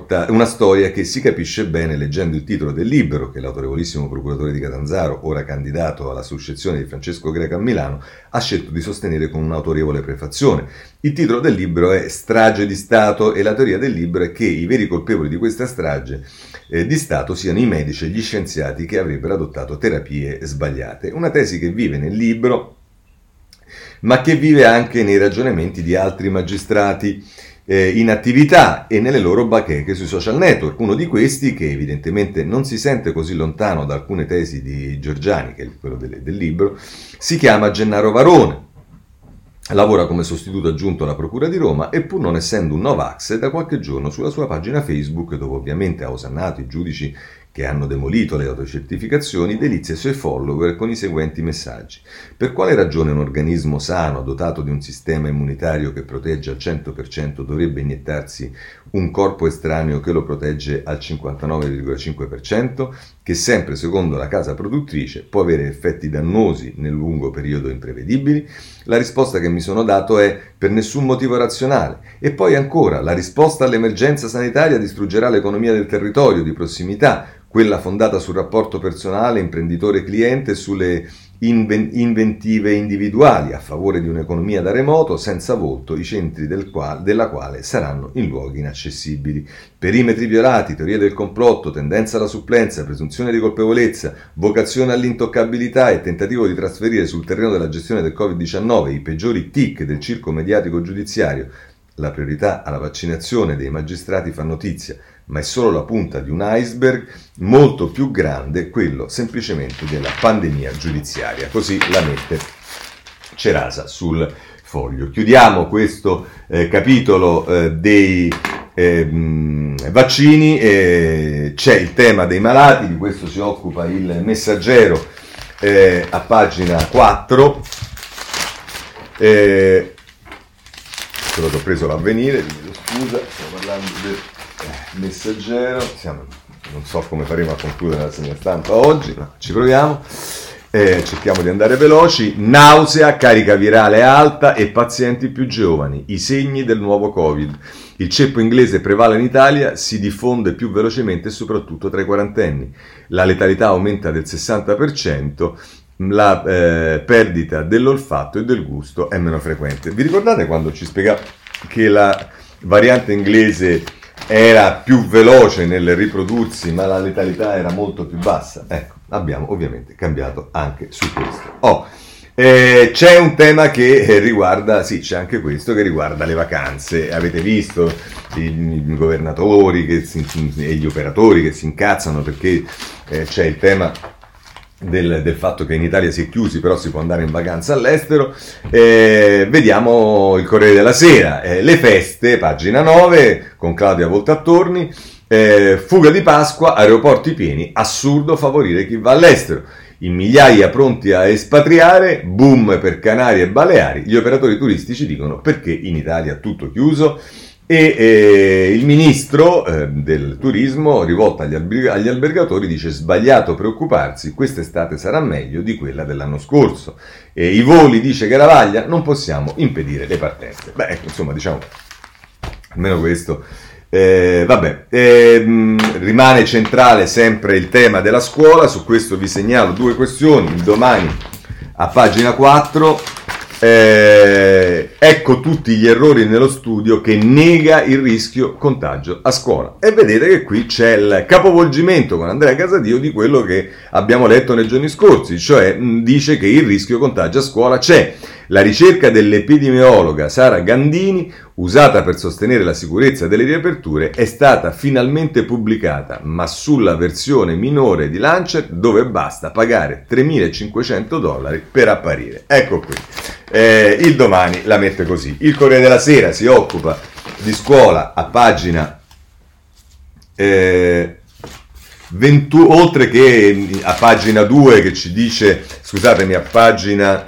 storia che si capisce bene leggendo il titolo del libro, che l'autorevolissimo procuratore di Catanzaro, ora candidato alla successione di Francesco Greco a Milano, ha scelto di sostenere con un'autorevole prefazione. Il titolo del libro è Strage di Stato, e la teoria del libro è che i veri colpevoli di questa strage di Stato siano i medici e gli scienziati che avrebbero adottato terapie sbagliate. Una tesi che vive nel libro, ma che vive anche nei ragionamenti di altri magistrati in attività e nelle loro bacheche sui social network. Uno di questi, che evidentemente non si sente così lontano da alcune tesi di Giorgiani, che è quello del libro, si chiama Gennaro Varone. Lavora come sostituto aggiunto alla Procura di Roma e, pur non essendo un Novax, da qualche giorno sulla sua pagina Facebook, dove ovviamente ha osannato i giudici che hanno demolito le autocertificazioni, delizia i suoi follower con i seguenti messaggi: per quale ragione un organismo sano, dotato di un sistema immunitario che protegge al 100%, dovrebbe iniettarsi un corpo estraneo che lo protegge al 59,5%, che sempre secondo la casa produttrice può avere effetti dannosi nel lungo periodo imprevedibili? La risposta che mi sono dato è: per nessun motivo razionale. E poi ancora: la risposta all'emergenza sanitaria distruggerà l'economia del territorio di prossimità, quella fondata sul rapporto personale imprenditore-cliente e sulle inventive individuali a favore di un'economia da remoto senza volto, i centri della quale saranno in luoghi inaccessibili. Perimetri violati, teorie del complotto, tendenza alla supplenza, presunzione di colpevolezza, vocazione all'intoccabilità e tentativo di trasferire sul terreno della gestione del Covid-19 i peggiori tic del circo mediatico giudiziario. La priorità alla vaccinazione dei magistrati fa notizia, ma è solo la punta di un iceberg molto più grande, quello semplicemente della pandemia giudiziaria. Così la mette Cerasa sul Foglio. Chiudiamo questo capitolo dei vaccini, c'è il tema dei malati, di questo si occupa il Messaggero a pagina 4. Quello che ho preso l'Avvenire, scusa, stiamo parlando del Messaggero, non so come faremo a concludere la segna stampa oggi, ma ci proviamo, cerchiamo di andare veloci. Nausea, carica virale alta e pazienti più giovani, i segni del nuovo Covid. Il ceppo inglese prevale in Italia, si diffonde più velocemente soprattutto tra i quarantenni. La letalità aumenta del 60%, la perdita dell'olfatto e del gusto è meno frequente. Vi ricordate quando ci spiegava che la variante inglese era più veloce nel riprodursi, ma la letalità era molto più bassa? Ecco, abbiamo ovviamente cambiato anche su questo. C'è un tema che riguarda, sì, c'è anche questo che riguarda le vacanze. Avete visto i governatori e gli operatori che si incazzano perché c'è il tema del fatto che in Italia si è chiusi, però si può andare in vacanza all'estero. Vediamo il Corriere della Sera, le feste, pagina 9, con Claudia Voltattorni, fuga di Pasqua, aeroporti pieni, assurdo favorire chi va all'estero. In migliaia pronti a espatriare, boom per Canarie e Baleari, gli operatori turistici dicono perché in Italia tutto chiuso. E il ministro del turismo, rivolto agli albergatori, dice sbagliato preoccuparsi, quest'estate sarà meglio di quella dell'anno scorso. I voli, dice Garavaglia, non possiamo impedire le partenze. Beh, ecco, insomma, diciamo, almeno questo. Rimane centrale sempre il tema della scuola, su questo vi segnalo due questioni. Il Domani a pagina 4. Ecco tutti gli errori nello studio che nega il rischio contagio a scuola. E vedete che qui c'è il capovolgimento con Andrea Casadio di quello che abbiamo letto nei giorni scorsi, cioè dice che il rischio contagio a scuola c'è. La ricerca dell'epidemiologa Sara Gandini, usata per sostenere la sicurezza delle riaperture, è stata finalmente pubblicata, ma sulla versione minore di Lancet, dove basta pagare $3.500 per apparire. Ecco qui. Il Domani la mette così. Il Corriere della Sera si occupa di scuola a pagina 21, oltre che a pagina 2 che ci dice, scusatemi, a pagina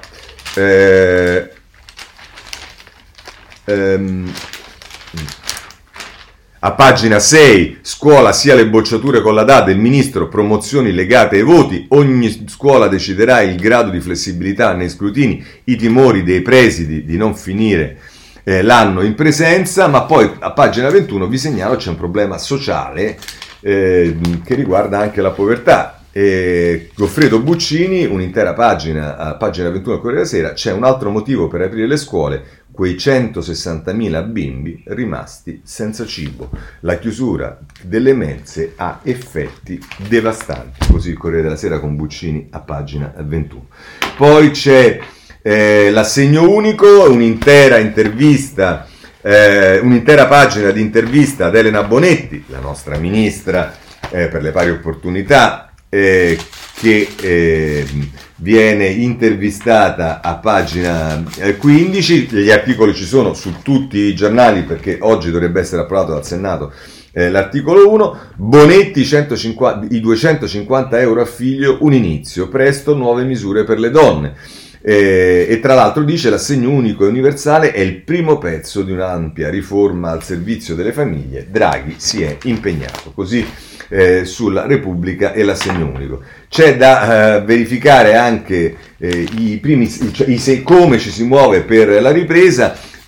a pagina 6, scuola sia le bocciature con la data, il ministro, promozioni legate ai voti, ogni scuola deciderà il grado di flessibilità nei scrutini, i timori dei presidi di non finire l'anno in presenza, ma poi a pagina 21 vi segnalo c'è un problema sociale che riguarda anche la povertà. Goffredo Buccini, un'intera pagina, a pagina 21 del Corriere della Sera, c'è un altro motivo per aprire le scuole, quei 160.000 bimbi rimasti senza cibo. La chiusura delle mense ha effetti devastanti, così il Corriere della Sera con Buccini a pagina 21. Poi c'è l'assegno unico, un'intera intervista, un'intera pagina di intervista ad Elena Bonetti, la nostra ministra per le pari opportunità, che viene intervistata a pagina 15. Gli articoli ci sono su tutti i giornali perché oggi dovrebbe essere approvato dal Senato l'articolo 1. Bonetti, i 250 euro a figlio, un inizio, presto nuove misure per le donne. E tra l'altro dice l'assegno unico e universale è il primo pezzo di un'ampia riforma al servizio delle famiglie. Draghi si è impegnato. Così sulla Repubblica e l'assegno unico. C'è da verificare anche come ci si muove per la ripresa.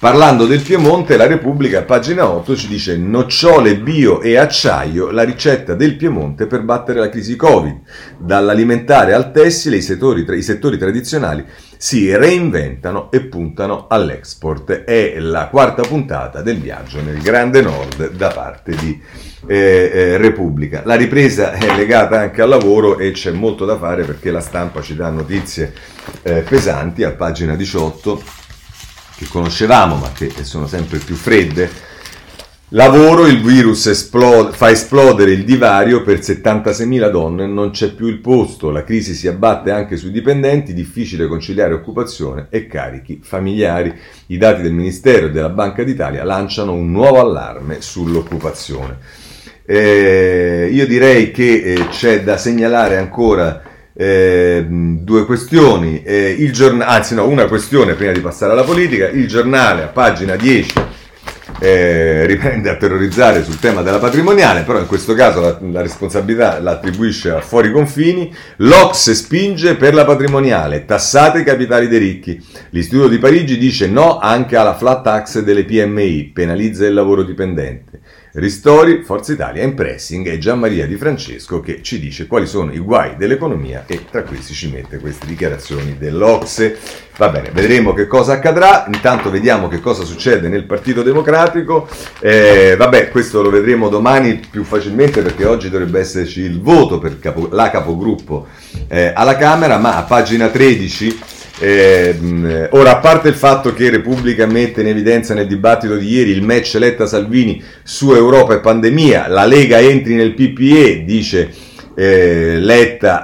Parlando del Piemonte, la Repubblica, a pagina 8, ci dice: nocciole, bio e acciaio, la ricetta del Piemonte per battere la crisi Covid. Dall'alimentare al tessile, i settori tradizionali si reinventano e puntano all'export. È la quarta puntata del viaggio nel Grande Nord da parte di Repubblica. La ripresa è legata anche al lavoro e c'è molto da fare, perché la Stampa ci dà notizie pesanti a pagina 18 che conoscevamo ma che sono sempre più fredde. Lavoro, il virus fa esplodere il divario per 76.000 donne, non c'è più il posto, la crisi si abbatte anche sui dipendenti, difficile conciliare occupazione e carichi familiari. I dati del Ministero e della Banca d'Italia lanciano un nuovo allarme sull'occupazione. Io direi che c'è da segnalare ancora due questioni, una questione prima di passare alla politica. Il Giornale a pagina 10 riprende a terrorizzare sul tema della patrimoniale, però in questo caso la responsabilità la attribuisce a fuori confini. L'Ocse spinge per la patrimoniale, tassate i capitali dei ricchi. L'Istituto di Parigi dice no anche alla flat tax delle PMI, penalizza il lavoro dipendente. Ristori, Forza Italia in pressing, e Gianmaria Di Francesco che ci dice quali sono i guai dell'economia, e tra questi ci mette queste dichiarazioni dell'Ocse. Va bene, vedremo che cosa accadrà. Intanto vediamo che cosa succede nel Partito Democratico. Questo lo vedremo domani più facilmente, perché oggi dovrebbe esserci il voto per la capogruppo alla Camera, ma a pagina 13... ora, a parte il fatto che Repubblica mette in evidenza nel dibattito di ieri il match Letta-Salvini su Europa e pandemia, la Lega entri nel PPE, dice Letta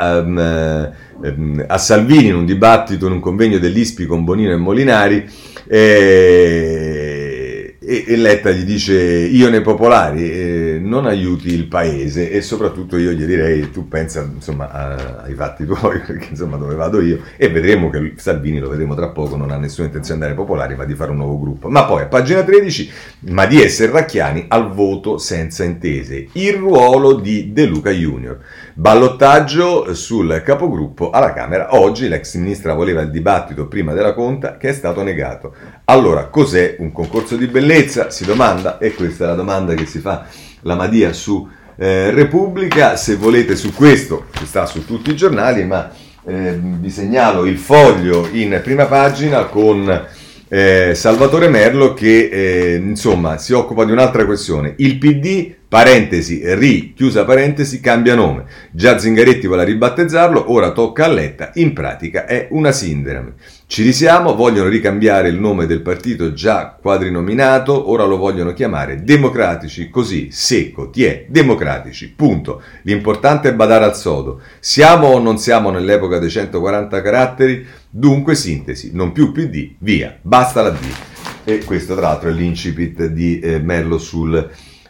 a Salvini in un dibattito, in un convegno dell'ISPI con Bonino e Molinari, e Letta gli dice: io nei popolari non aiuti il paese, e soprattutto io gli direi: tu pensa ai fatti tuoi, perché dove vado io. E vedremo che Salvini, lo vedremo tra poco, non ha nessuna intenzione di andare ai popolari, ma di fare un nuovo gruppo. Ma poi a pagina 13 Madia e Serracchiani al voto senza intese, il ruolo di De Luca Junior, ballottaggio sul capogruppo alla Camera. Oggi l'ex ministra voleva il dibattito prima della conta, che è stato negato. Allora, cos'è un concorso di bellezza? Si domanda, e questa è la domanda che si fa la Madia su Repubblica. Se volete, su questo, che sta su tutti i giornali, ma vi segnalo il Foglio in prima pagina con Salvatore Merlo che si occupa di un'altra questione. Il PD, parentesi, chiusa parentesi, cambia nome. Già Zingaretti vuole ribattezzarlo, ora tocca a Letta, in pratica è una sindrome. Ci risiamo, vogliono ricambiare il nome del partito già quadrinominato, ora lo vogliono chiamare Democratici, così, secco, democratici, punto. L'importante è badare al sodo. Siamo o non siamo nell'epoca dei 140 caratteri? Dunque sintesi, non più PD, via, basta la D. E questo tra l'altro è l'incipit di Merlo sul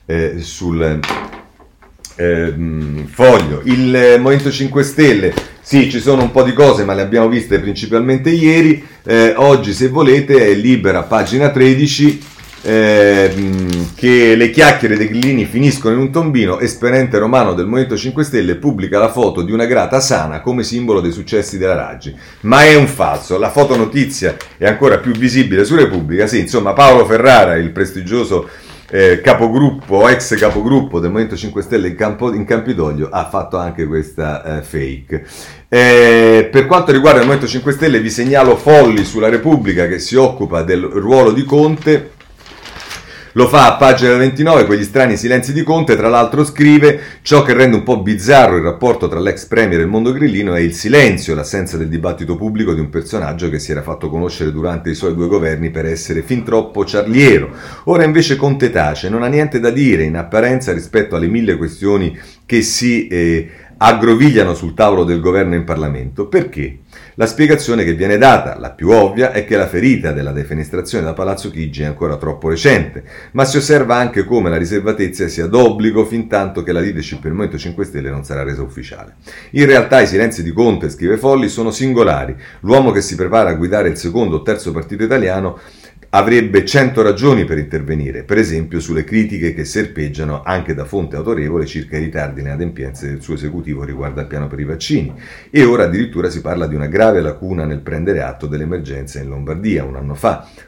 Foglio. Il Movimento 5 Stelle, sì, ci sono un po' di cose, ma le abbiamo viste principalmente ieri. Oggi, se volete, è Libera, pagina 13, che le chiacchiere dei grillini finiscono in un tombino. Esponente romano del Movimento 5 Stelle pubblica la foto di una grata sana come simbolo dei successi della Raggi, ma è un falso. La fotonotizia è ancora più visibile su Repubblica. Sì, Paolo Ferrara, il prestigioso capogruppo, ex capogruppo del Movimento 5 Stelle in Campidoglio, ha fatto anche questa fake. Per quanto riguarda il Movimento 5 Stelle, vi segnalo Folli sulla Repubblica, che si occupa del ruolo di Conte. Lo fa a pagina 29, quegli strani silenzi di Conte. Tra l'altro scrive: ciò che rende un po' bizzarro il rapporto tra l'ex premier e il mondo grillino è il silenzio, l'assenza del dibattito pubblico di un personaggio che si era fatto conoscere durante i suoi 2 governi per essere fin troppo ciarliero. Ora invece Conte tace, non ha niente da dire in apparenza rispetto alle 1000 questioni che si aggrovigliano sul tavolo del governo in Parlamento. Perché? La spiegazione che viene data, la più ovvia, è che la ferita della defenestrazione da Palazzo Chigi è ancora troppo recente, ma si osserva anche come la riservatezza sia d'obbligo fin tanto che la leadership del Movimento 5 Stelle non sarà resa ufficiale. In realtà i silenzi di Conte, scrive Folli, sono singolari. L'uomo che si prepara a guidare il secondo o terzo partito italiano avrebbe 100 ragioni per intervenire, per esempio sulle critiche che serpeggiano anche da fonte autorevole circa i ritardi nelle adempienze del suo esecutivo riguardo al piano per i vaccini, e ora addirittura si parla di una grave lacuna nel prendere atto dell'emergenza in Lombardia. Un anno fa,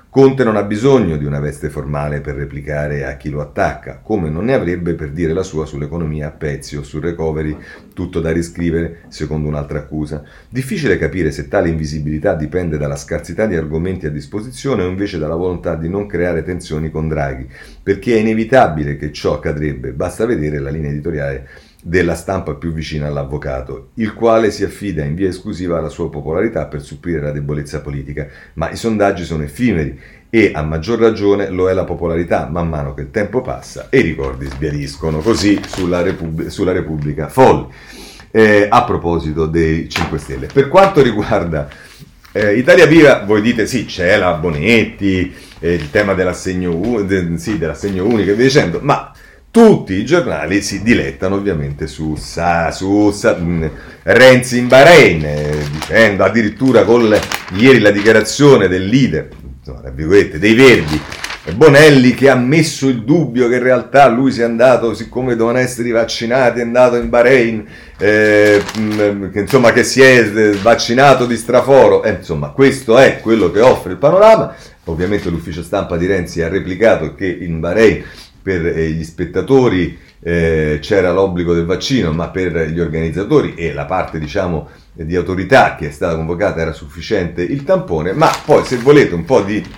Conte non ha bisogno di una veste formale per replicare a chi lo attacca, come non ne avrebbe per dire la sua sull'economia a pezzi o sul recovery, tutto da riscrivere, secondo un'altra accusa. Difficile capire se tale invisibilità dipende dalla scarsità di argomenti a disposizione o invece dalla volontà di non creare tensioni con Draghi, perché è inevitabile che ciò accadrebbe, basta vedere la linea editoriale della stampa più vicina all'avvocato, il quale si affida in via esclusiva alla sua popolarità per supplire la debolezza politica, ma i sondaggi sono effimeri e a maggior ragione lo è la popolarità man mano che il tempo passa e i ricordi sbiadiscono, così sulla Repubblica Folli. A proposito dei 5 Stelle, per quanto riguarda Italia Viva, voi dite sì, c'è la Bonetti, il tema dell'assegno unico e via dicendo, ma tutti i giornali si dilettano ovviamente su Renzi in Bahrain, dicendo addirittura con ieri la dichiarazione del leader, tra virgolette, dei Verdi, Bonelli, che ha messo il dubbio che in realtà lui sia andato, siccome dovevano essere vaccinati, è andato in Bahrain, che si è vaccinato di straforo, insomma questo è quello che offre il panorama. Ovviamente l'ufficio stampa di Renzi ha replicato che in Bahrain per gli spettatori c'era l'obbligo del vaccino, ma per gli organizzatori e la parte di autorità che è stata convocata era sufficiente il tampone. Ma poi, se volete un po' di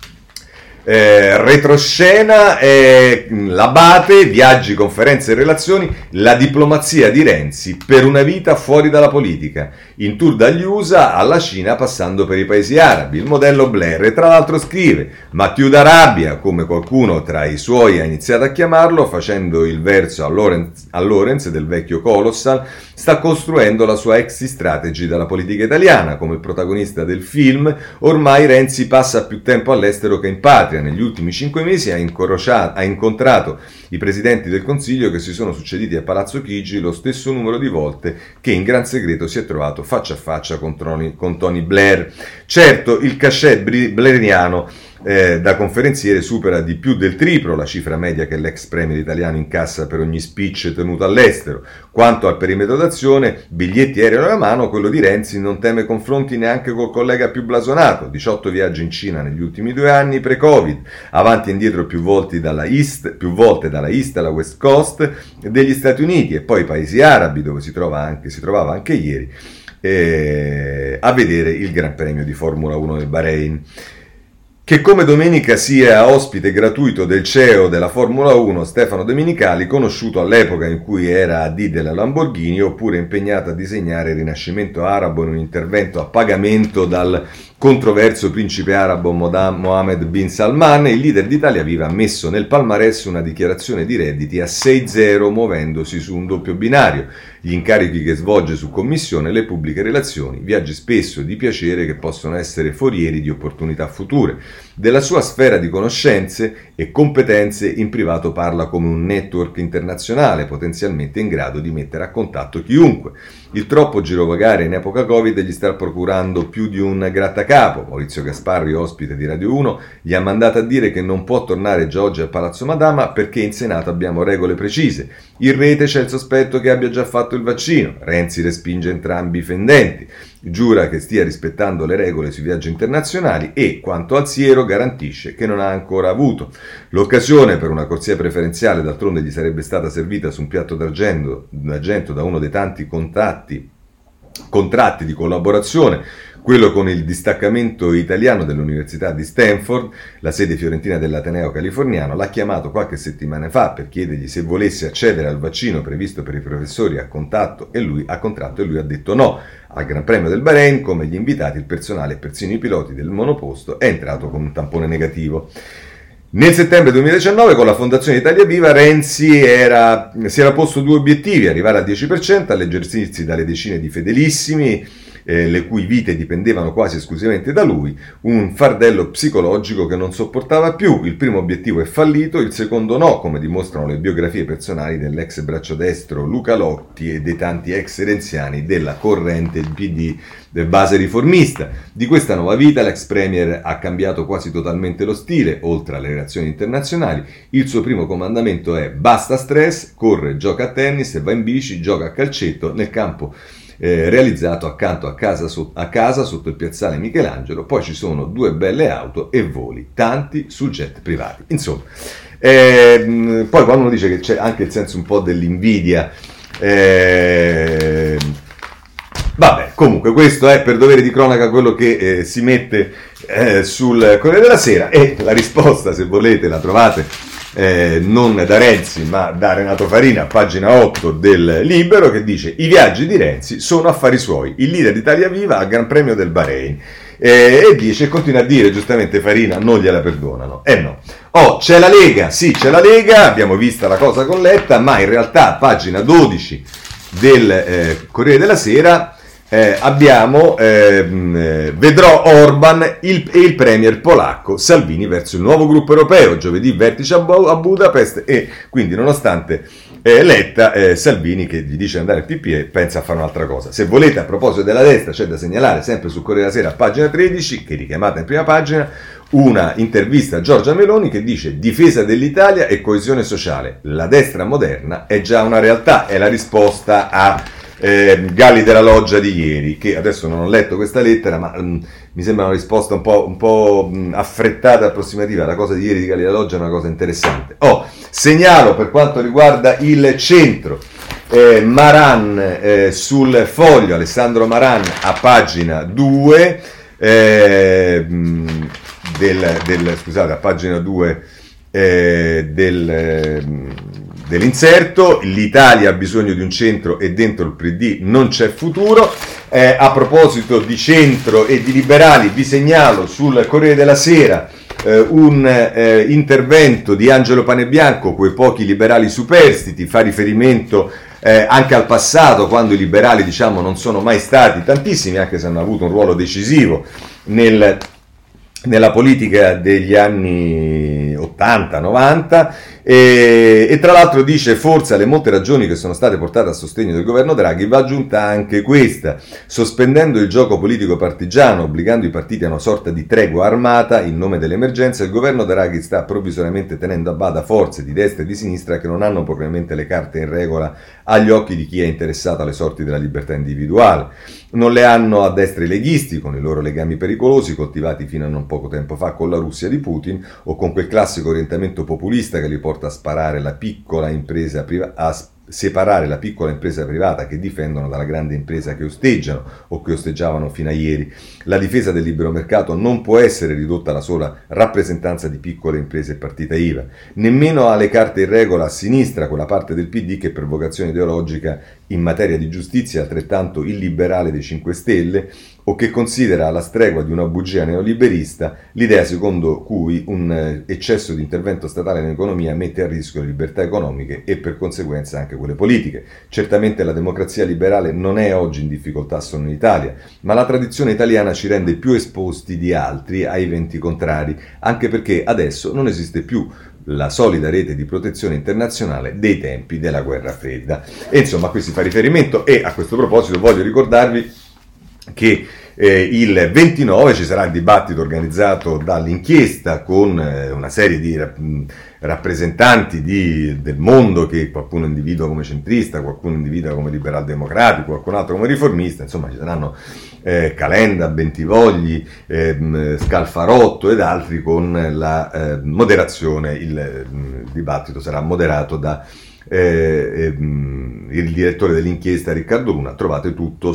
retroscena, l'Abate, viaggi, conferenze e relazioni, la diplomazia di Renzi per una vita fuori dalla politica, in tour dagli USA alla Cina passando per i paesi arabi, il modello Blair. E tra l'altro scrive: Mathieu d'Arabia, come qualcuno tra i suoi ha iniziato a chiamarlo, facendo il verso a Lorenz del vecchio Colossal, sta costruendo la sua exit strategy dalla politica italiana. Come il protagonista del film, ormai Renzi passa più tempo all'estero che in patria. Negli ultimi 5 mesi ha incontrato i presidenti del Consiglio che si sono succediti a Palazzo Chigi lo stesso numero di volte che in gran segreto si è trovato faccia a faccia con Tony Blair. Certo, il cachet blairiano da conferenziere supera di più del triplo la cifra media che l'ex premier italiano incassa per ogni speech tenuto all'estero. Quanto al perimetro d'azione, biglietti aerei alla mano, quello di Renzi non teme confronti neanche col collega più blasonato. 18 viaggi in Cina negli ultimi 2 anni pre-Covid, avanti e indietro più volte dalla East alla West Coast degli Stati Uniti e poi i paesi arabi, dove si trovava anche ieri a vedere il Gran Premio di Formula 1 del Bahrain. Che come domenica sia ospite gratuito del CEO della Formula 1 Stefano Domenicali, conosciuto all'epoca in cui era AD della Lamborghini, oppure impegnato a disegnare il rinascimento arabo in un intervento a pagamento dal controverso principe arabo Mohammed bin Salman, il leader di Italia Viva ha messo nel palmarès una dichiarazione di redditi a 6-0, muovendosi su un doppio binario: gli incarichi che svolge su commissione, le pubbliche relazioni, viaggi spesso di piacere che possono essere forieri di opportunità future. Della sua sfera di conoscenze e competenze in privato parla come un network internazionale potenzialmente in grado di mettere a contatto chiunque. Il troppo girovagare in epoca Covid gli sta procurando più di un grattacapo. Maurizio Gasparri, ospite di Radio 1, gli ha mandato a dire che non può tornare già oggi a Palazzo Madama perché in Senato abbiamo regole precise. In rete c'è il sospetto che abbia già fatto il vaccino. Renzi respinge entrambi i fendenti. Giura che stia rispettando le regole sui viaggi internazionali e, quanto al siero, garantisce che non ha ancora avuto l'occasione per una corsia preferenziale. D'altronde gli sarebbe stata servita su un piatto d'argento da uno dei tanti contratti di collaborazione, quello con il distaccamento italiano dell'Università di Stanford, la sede fiorentina dell'Ateneo californiano. L'ha chiamato qualche settimana fa per chiedergli se volesse accedere al vaccino previsto per i professori a contratto e lui ha detto no. Al Gran Premio del Bahrain, come gli invitati, il personale e persino i piloti del monoposto, è entrato con un tampone negativo. Nel settembre 2019, con la Fondazione Italia Viva, Renzi si era posto 2 obiettivi: arrivare al 10%, alleggerirsi dalle decine di fedelissimi, le cui vite dipendevano quasi esclusivamente da lui, un fardello psicologico che non sopportava più. Il primo obiettivo è fallito, il secondo no, come dimostrano le biografie personali dell'ex braccio destro Luca Lotti e dei tanti ex renziani della corrente PD del base riformista. Di questa nuova vita l'ex premier ha cambiato quasi totalmente lo stile. Oltre alle relazioni internazionali, il suo primo comandamento è: basta stress, corre, gioca a tennis, va in bici, gioca a calcetto. Nel campo realizzato accanto a casa sotto il piazzale Michelangelo. Poi ci sono 2 belle auto e voli, tanti su jet privati. Insomma, poi quando uno dice che c'è anche il senso un po' dell'invidia, vabbè, comunque questo è per dovere di cronaca quello che si mette sul Corriere della Sera, e la risposta, se volete, la trovate non da Renzi ma da Renato Farina, pagina 8 del Libero, che dice: i viaggi di Renzi sono affari suoi, il leader di Italia Viva al Gran Premio del Bahrain. E dice, continua a dire giustamente Farina, non gliela perdonano. No. C'è la Lega, sì, c'è la Lega, abbiamo vista la cosa con Letta, ma in realtà pagina 12 del Corriere della Sera abbiamo vedrò Orban e il premier polacco Salvini verso il nuovo gruppo europeo, giovedì vertice a Budapest, e quindi nonostante Letta, Salvini, che gli dice di andare al PPE, pensa a fare un'altra cosa. Se volete, a proposito della destra, c'è da segnalare sempre sul Corriere della Sera, pagina 13, che richiamata in prima pagina, una intervista a Giorgia Meloni che dice: difesa dell'Italia e coesione sociale, la destra moderna è già una realtà. È la risposta a Galli della Loggia di ieri, che adesso non ho letto questa lettera, ma mi sembra una risposta un po' affrettata e approssimativa. La cosa di ieri di Galli della Loggia è una cosa interessante. Segnalo per quanto riguarda il centro, Maran sul Foglio, Alessandro Maran a pagina 2 scusate, a pagina 2 dell'inserto: l'Italia ha bisogno di un centro e dentro il PD non c'è futuro. A proposito di centro e di liberali, vi segnalo sul Corriere della Sera un intervento di Angelo Panebianco, quei pochi liberali superstiti, fa riferimento anche al passato, quando i liberali, diciamo, non sono mai stati tantissimi, anche se hanno avuto un ruolo decisivo nella politica degli anni 80-90, e tra l'altro dice: forse alle molte ragioni che sono state portate a sostegno del governo Draghi va aggiunta anche questa: sospendendo il gioco politico partigiano, obbligando i partiti a una sorta di tregua armata in nome dell'emergenza, il governo Draghi sta provvisoriamente tenendo a bada forze di destra e di sinistra che non hanno propriamente le carte in regola agli occhi di chi è interessato alle sorti della libertà individuale. Non le hanno a destra i leghisti, con i loro legami pericolosi coltivati fino a non poco tempo fa con la Russia di Putin, o con quel classico orientamento populista che li porta a sparare la piccola impresa separare la piccola impresa privata che difendono dalla grande impresa che osteggiano o che osteggiavano fino a ieri. La difesa del libero mercato non può essere ridotta alla sola rappresentanza di piccole imprese e partita IVA. Nemmeno ha le carte in regola a sinistra quella parte del PD che per vocazione ideologica in materia di giustizia è altrettanto illiberale dei 5 Stelle, o che considera alla stregua di una bugia neoliberista l'idea secondo cui un eccesso di intervento statale nell'economia mette a rischio le libertà economiche e per conseguenza anche quelle politiche. Certamente la democrazia liberale non è oggi in difficoltà solo in Italia, ma la tradizione italiana ci rende più esposti di altri ai venti contrari, anche perché adesso non esiste più la solida rete di protezione internazionale dei tempi della guerra fredda. E insomma, a cui si fa riferimento. E a questo proposito voglio ricordarvi che il 29 ci sarà il dibattito organizzato dall'Inchiesta con una serie di rappresentanti del mondo che qualcuno individua come centrista, qualcuno individua come liberal democratico, qualcun altro come riformista. Insomma, ci saranno Calenda, Bentivogli, Scalfarotto ed altri con la moderazione. Il dibattito sarà moderato da il direttore dell'Inchiesta Riccardo Luna. Trovate tutto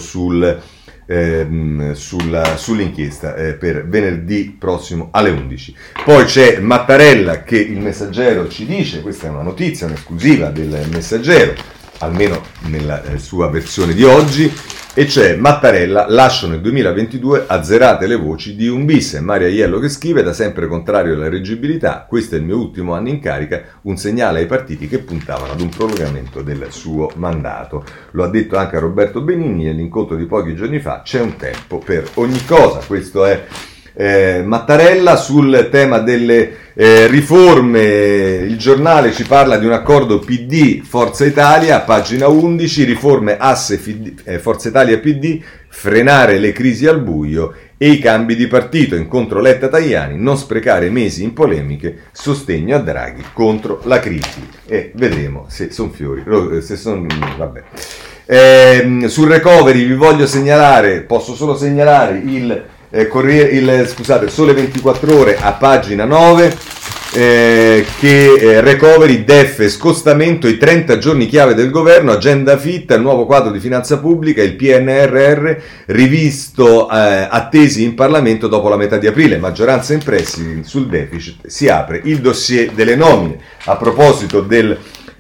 sull'inchiesta per venerdì prossimo alle 11. Poi c'è Mattarella che il Messaggero ci dice, questa è una notizia, un'esclusiva del Messaggero, almeno nella sua versione di oggi, e c'è Mattarella: lascio nel 2022 azzerate le voci di un bis. Mario Aiello che scrive: da sempre contrario alla reggibilità, questo è il mio ultimo anno in carica, un segnale ai partiti che puntavano ad un prolungamento del suo mandato. Lo ha detto anche a Roberto Benigni nell'incontro di pochi giorni fa: c'è un tempo per ogni cosa. Questo è Mattarella. Sul tema delle riforme, il Giornale ci parla di un accordo PD Forza Italia, pagina 11, riforme asse Forza Italia PD, frenare le crisi al buio e i cambi di partito, incontro Letta-Tajani, non sprecare mesi in polemiche, sostegno a Draghi contro la crisi. E vedremo se sono fiori, se sono, vabbè. Sul recovery vi voglio segnalare, posso solo segnalare il Sole 24 Ore a pagina 9, che recovery, DEF e scostamento, i 30 giorni chiave del governo, agenda fitta, il nuovo quadro di finanza pubblica, il PNRR rivisto, attesi in Parlamento dopo la metà di aprile, maggioranza in prestiti sul deficit, si apre il dossier delle nomine. A proposito del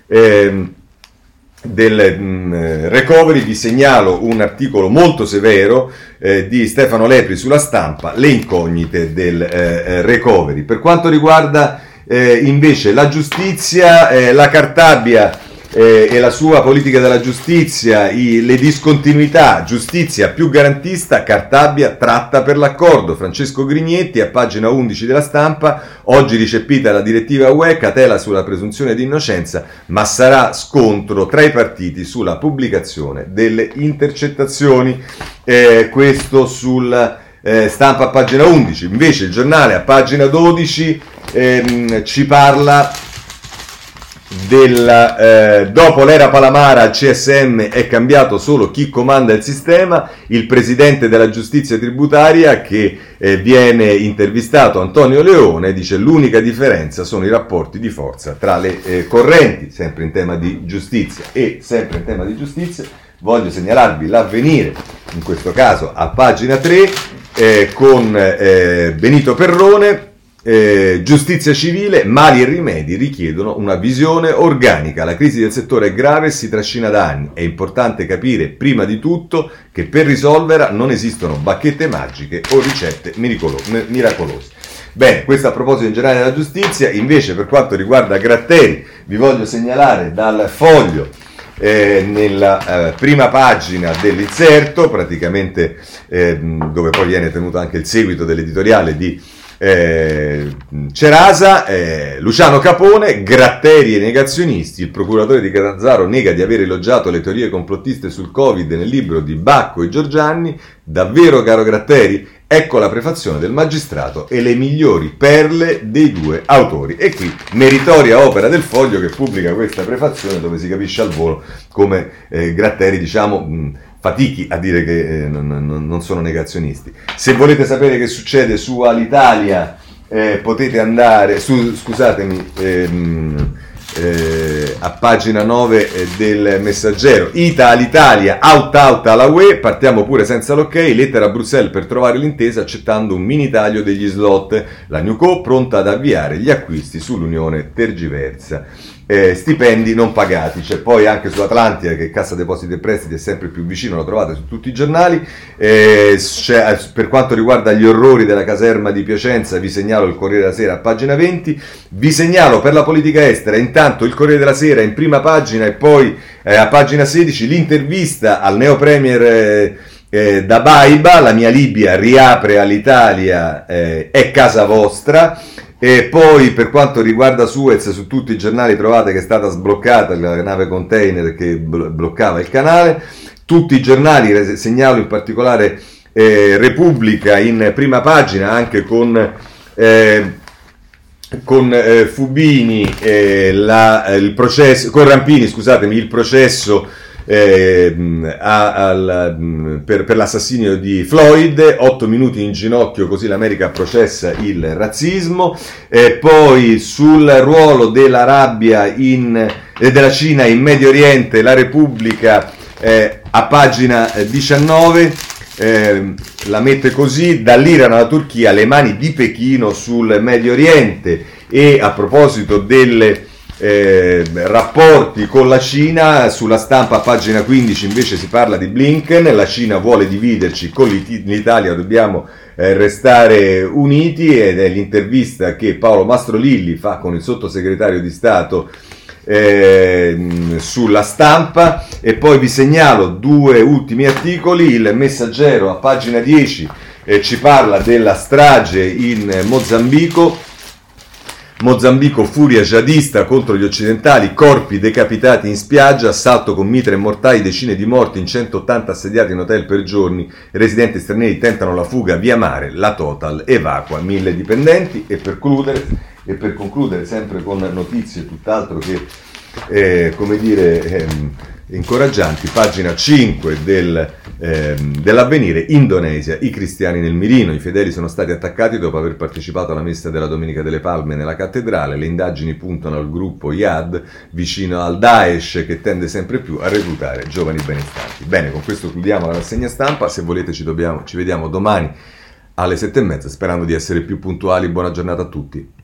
recovery vi segnalo un articolo molto severo di Stefano Lepri sulla Stampa, le incognite del recovery. Per quanto riguarda invece la giustizia, la Cartabia e la sua politica della giustizia, le discontinuità, giustizia più garantista, Cartabia tratta per l'accordo. Francesco Grignetti a pagina 11 della Stampa, oggi recepita la direttiva UE, catela sulla presunzione di innocenza, ma sarà scontro tra i partiti sulla pubblicazione delle intercettazioni. Questo sul Stampa a pagina 11. Invece il Giornale a pagina 12 ci parla dopo l'era Palamara al CSM è cambiato solo chi comanda il sistema. Il presidente della giustizia tributaria che viene intervistato, Antonio Leone, dice l'unica differenza sono i rapporti di forza tra le correnti. Sempre in tema di giustizia voglio segnalarvi l'Avvenire, in questo caso a pagina 3, con Benito Perrone. Giustizia civile, mali e rimedi richiedono una visione organica. La crisi del settore è grave e si trascina da anni. È importante capire prima di tutto che per risolverla non esistono bacchette magiche o ricette miracolose. Bene, questo a proposito in generale della giustizia. Invece, per quanto riguarda Gratteri, vi voglio segnalare dal Foglio, nella prima pagina dell'inserto, praticamente dove poi viene tenuto anche il seguito dell'editoriale di Cerasa, Luciano Capone, Gratteri e negazionisti. Il procuratore di Catanzaro nega di aver elogiato le teorie complottiste sul Covid nel libro di Bacco e Giorgianni. Davvero, caro Gratteri? Ecco la prefazione del magistrato e le migliori perle dei due autori. E qui meritoria opera del Foglio, che pubblica questa prefazione, dove si capisce al volo come Gratteri, fatichi a dire che non sono negazionisti. Se volete sapere che succede su Alitalia, potete andare a pagina 9 del Messaggero. Alitalia, out alla UE, partiamo pure senza l'ok, lettera a Bruxelles per trovare l'intesa accettando un mini taglio degli slot. La Newco pronta ad avviare gli acquisti sull'Unione tergiversa. Stipendi non pagati. C'è poi anche su Atlantia, che Cassa Depositi e Prestiti è sempre più vicino, lo trovate su tutti i giornali. Per quanto riguarda gli orrori della caserma di Piacenza, vi segnalo il Corriere della Sera a pagina 20. Vi segnalo per la politica estera intanto il Corriere della Sera in prima pagina, e poi a pagina 16 l'intervista al neo premier da Baiba. La mia Libia riapre all'Italia, è casa vostra. E poi per quanto riguarda Suez, su tutti i giornali trovate che è stata sbloccata la nave container che bloccava il canale. Tutti i giornali, segnalo in particolare Repubblica in prima pagina, anche con Fubini, il processo, con Rampini, scusatemi, il processo per l'assassinio di Floyd, 8 minuti in ginocchio, così l'America processa il razzismo. Poi sul ruolo dell'Arabia della Cina in Medio Oriente, la Repubblica a pagina 19 la mette così: dall'Iran alla Turchia, le mani di Pechino sul Medio Oriente. E a proposito delle rapporti con la Cina, sulla Stampa a pagina 15 invece si parla di Blinken. La Cina vuole dividerci, con l'Italia dobbiamo restare uniti, ed è l'intervista che Paolo Mastrolilli fa con il sottosegretario di Stato sulla Stampa. E poi vi segnalo due ultimi articoli. Il Messaggero a pagina 10 ci parla della strage in Mozambico, furia jihadista contro gli occidentali, corpi decapitati in spiaggia, assalto con mitra e mortai, decine di morti in 180 assediati in hotel per giorni, residenti stranieri tentano la fuga via mare, la Total evacua 1000 dipendenti. E per concludere sempre con notizie tutt'altro che come dire, incoraggianti. Pagina 5 dell'Avvenire. Indonesia, i cristiani nel mirino, i fedeli sono stati attaccati dopo aver partecipato alla messa della Domenica delle Palme nella cattedrale, le indagini puntano al gruppo Jihad vicino al Daesh che tende sempre più a reclutare giovani benestanti. Bene, con questo chiudiamo la rassegna stampa, se volete ci vediamo domani alle 7:30, sperando di essere più puntuali. Buona giornata a tutti.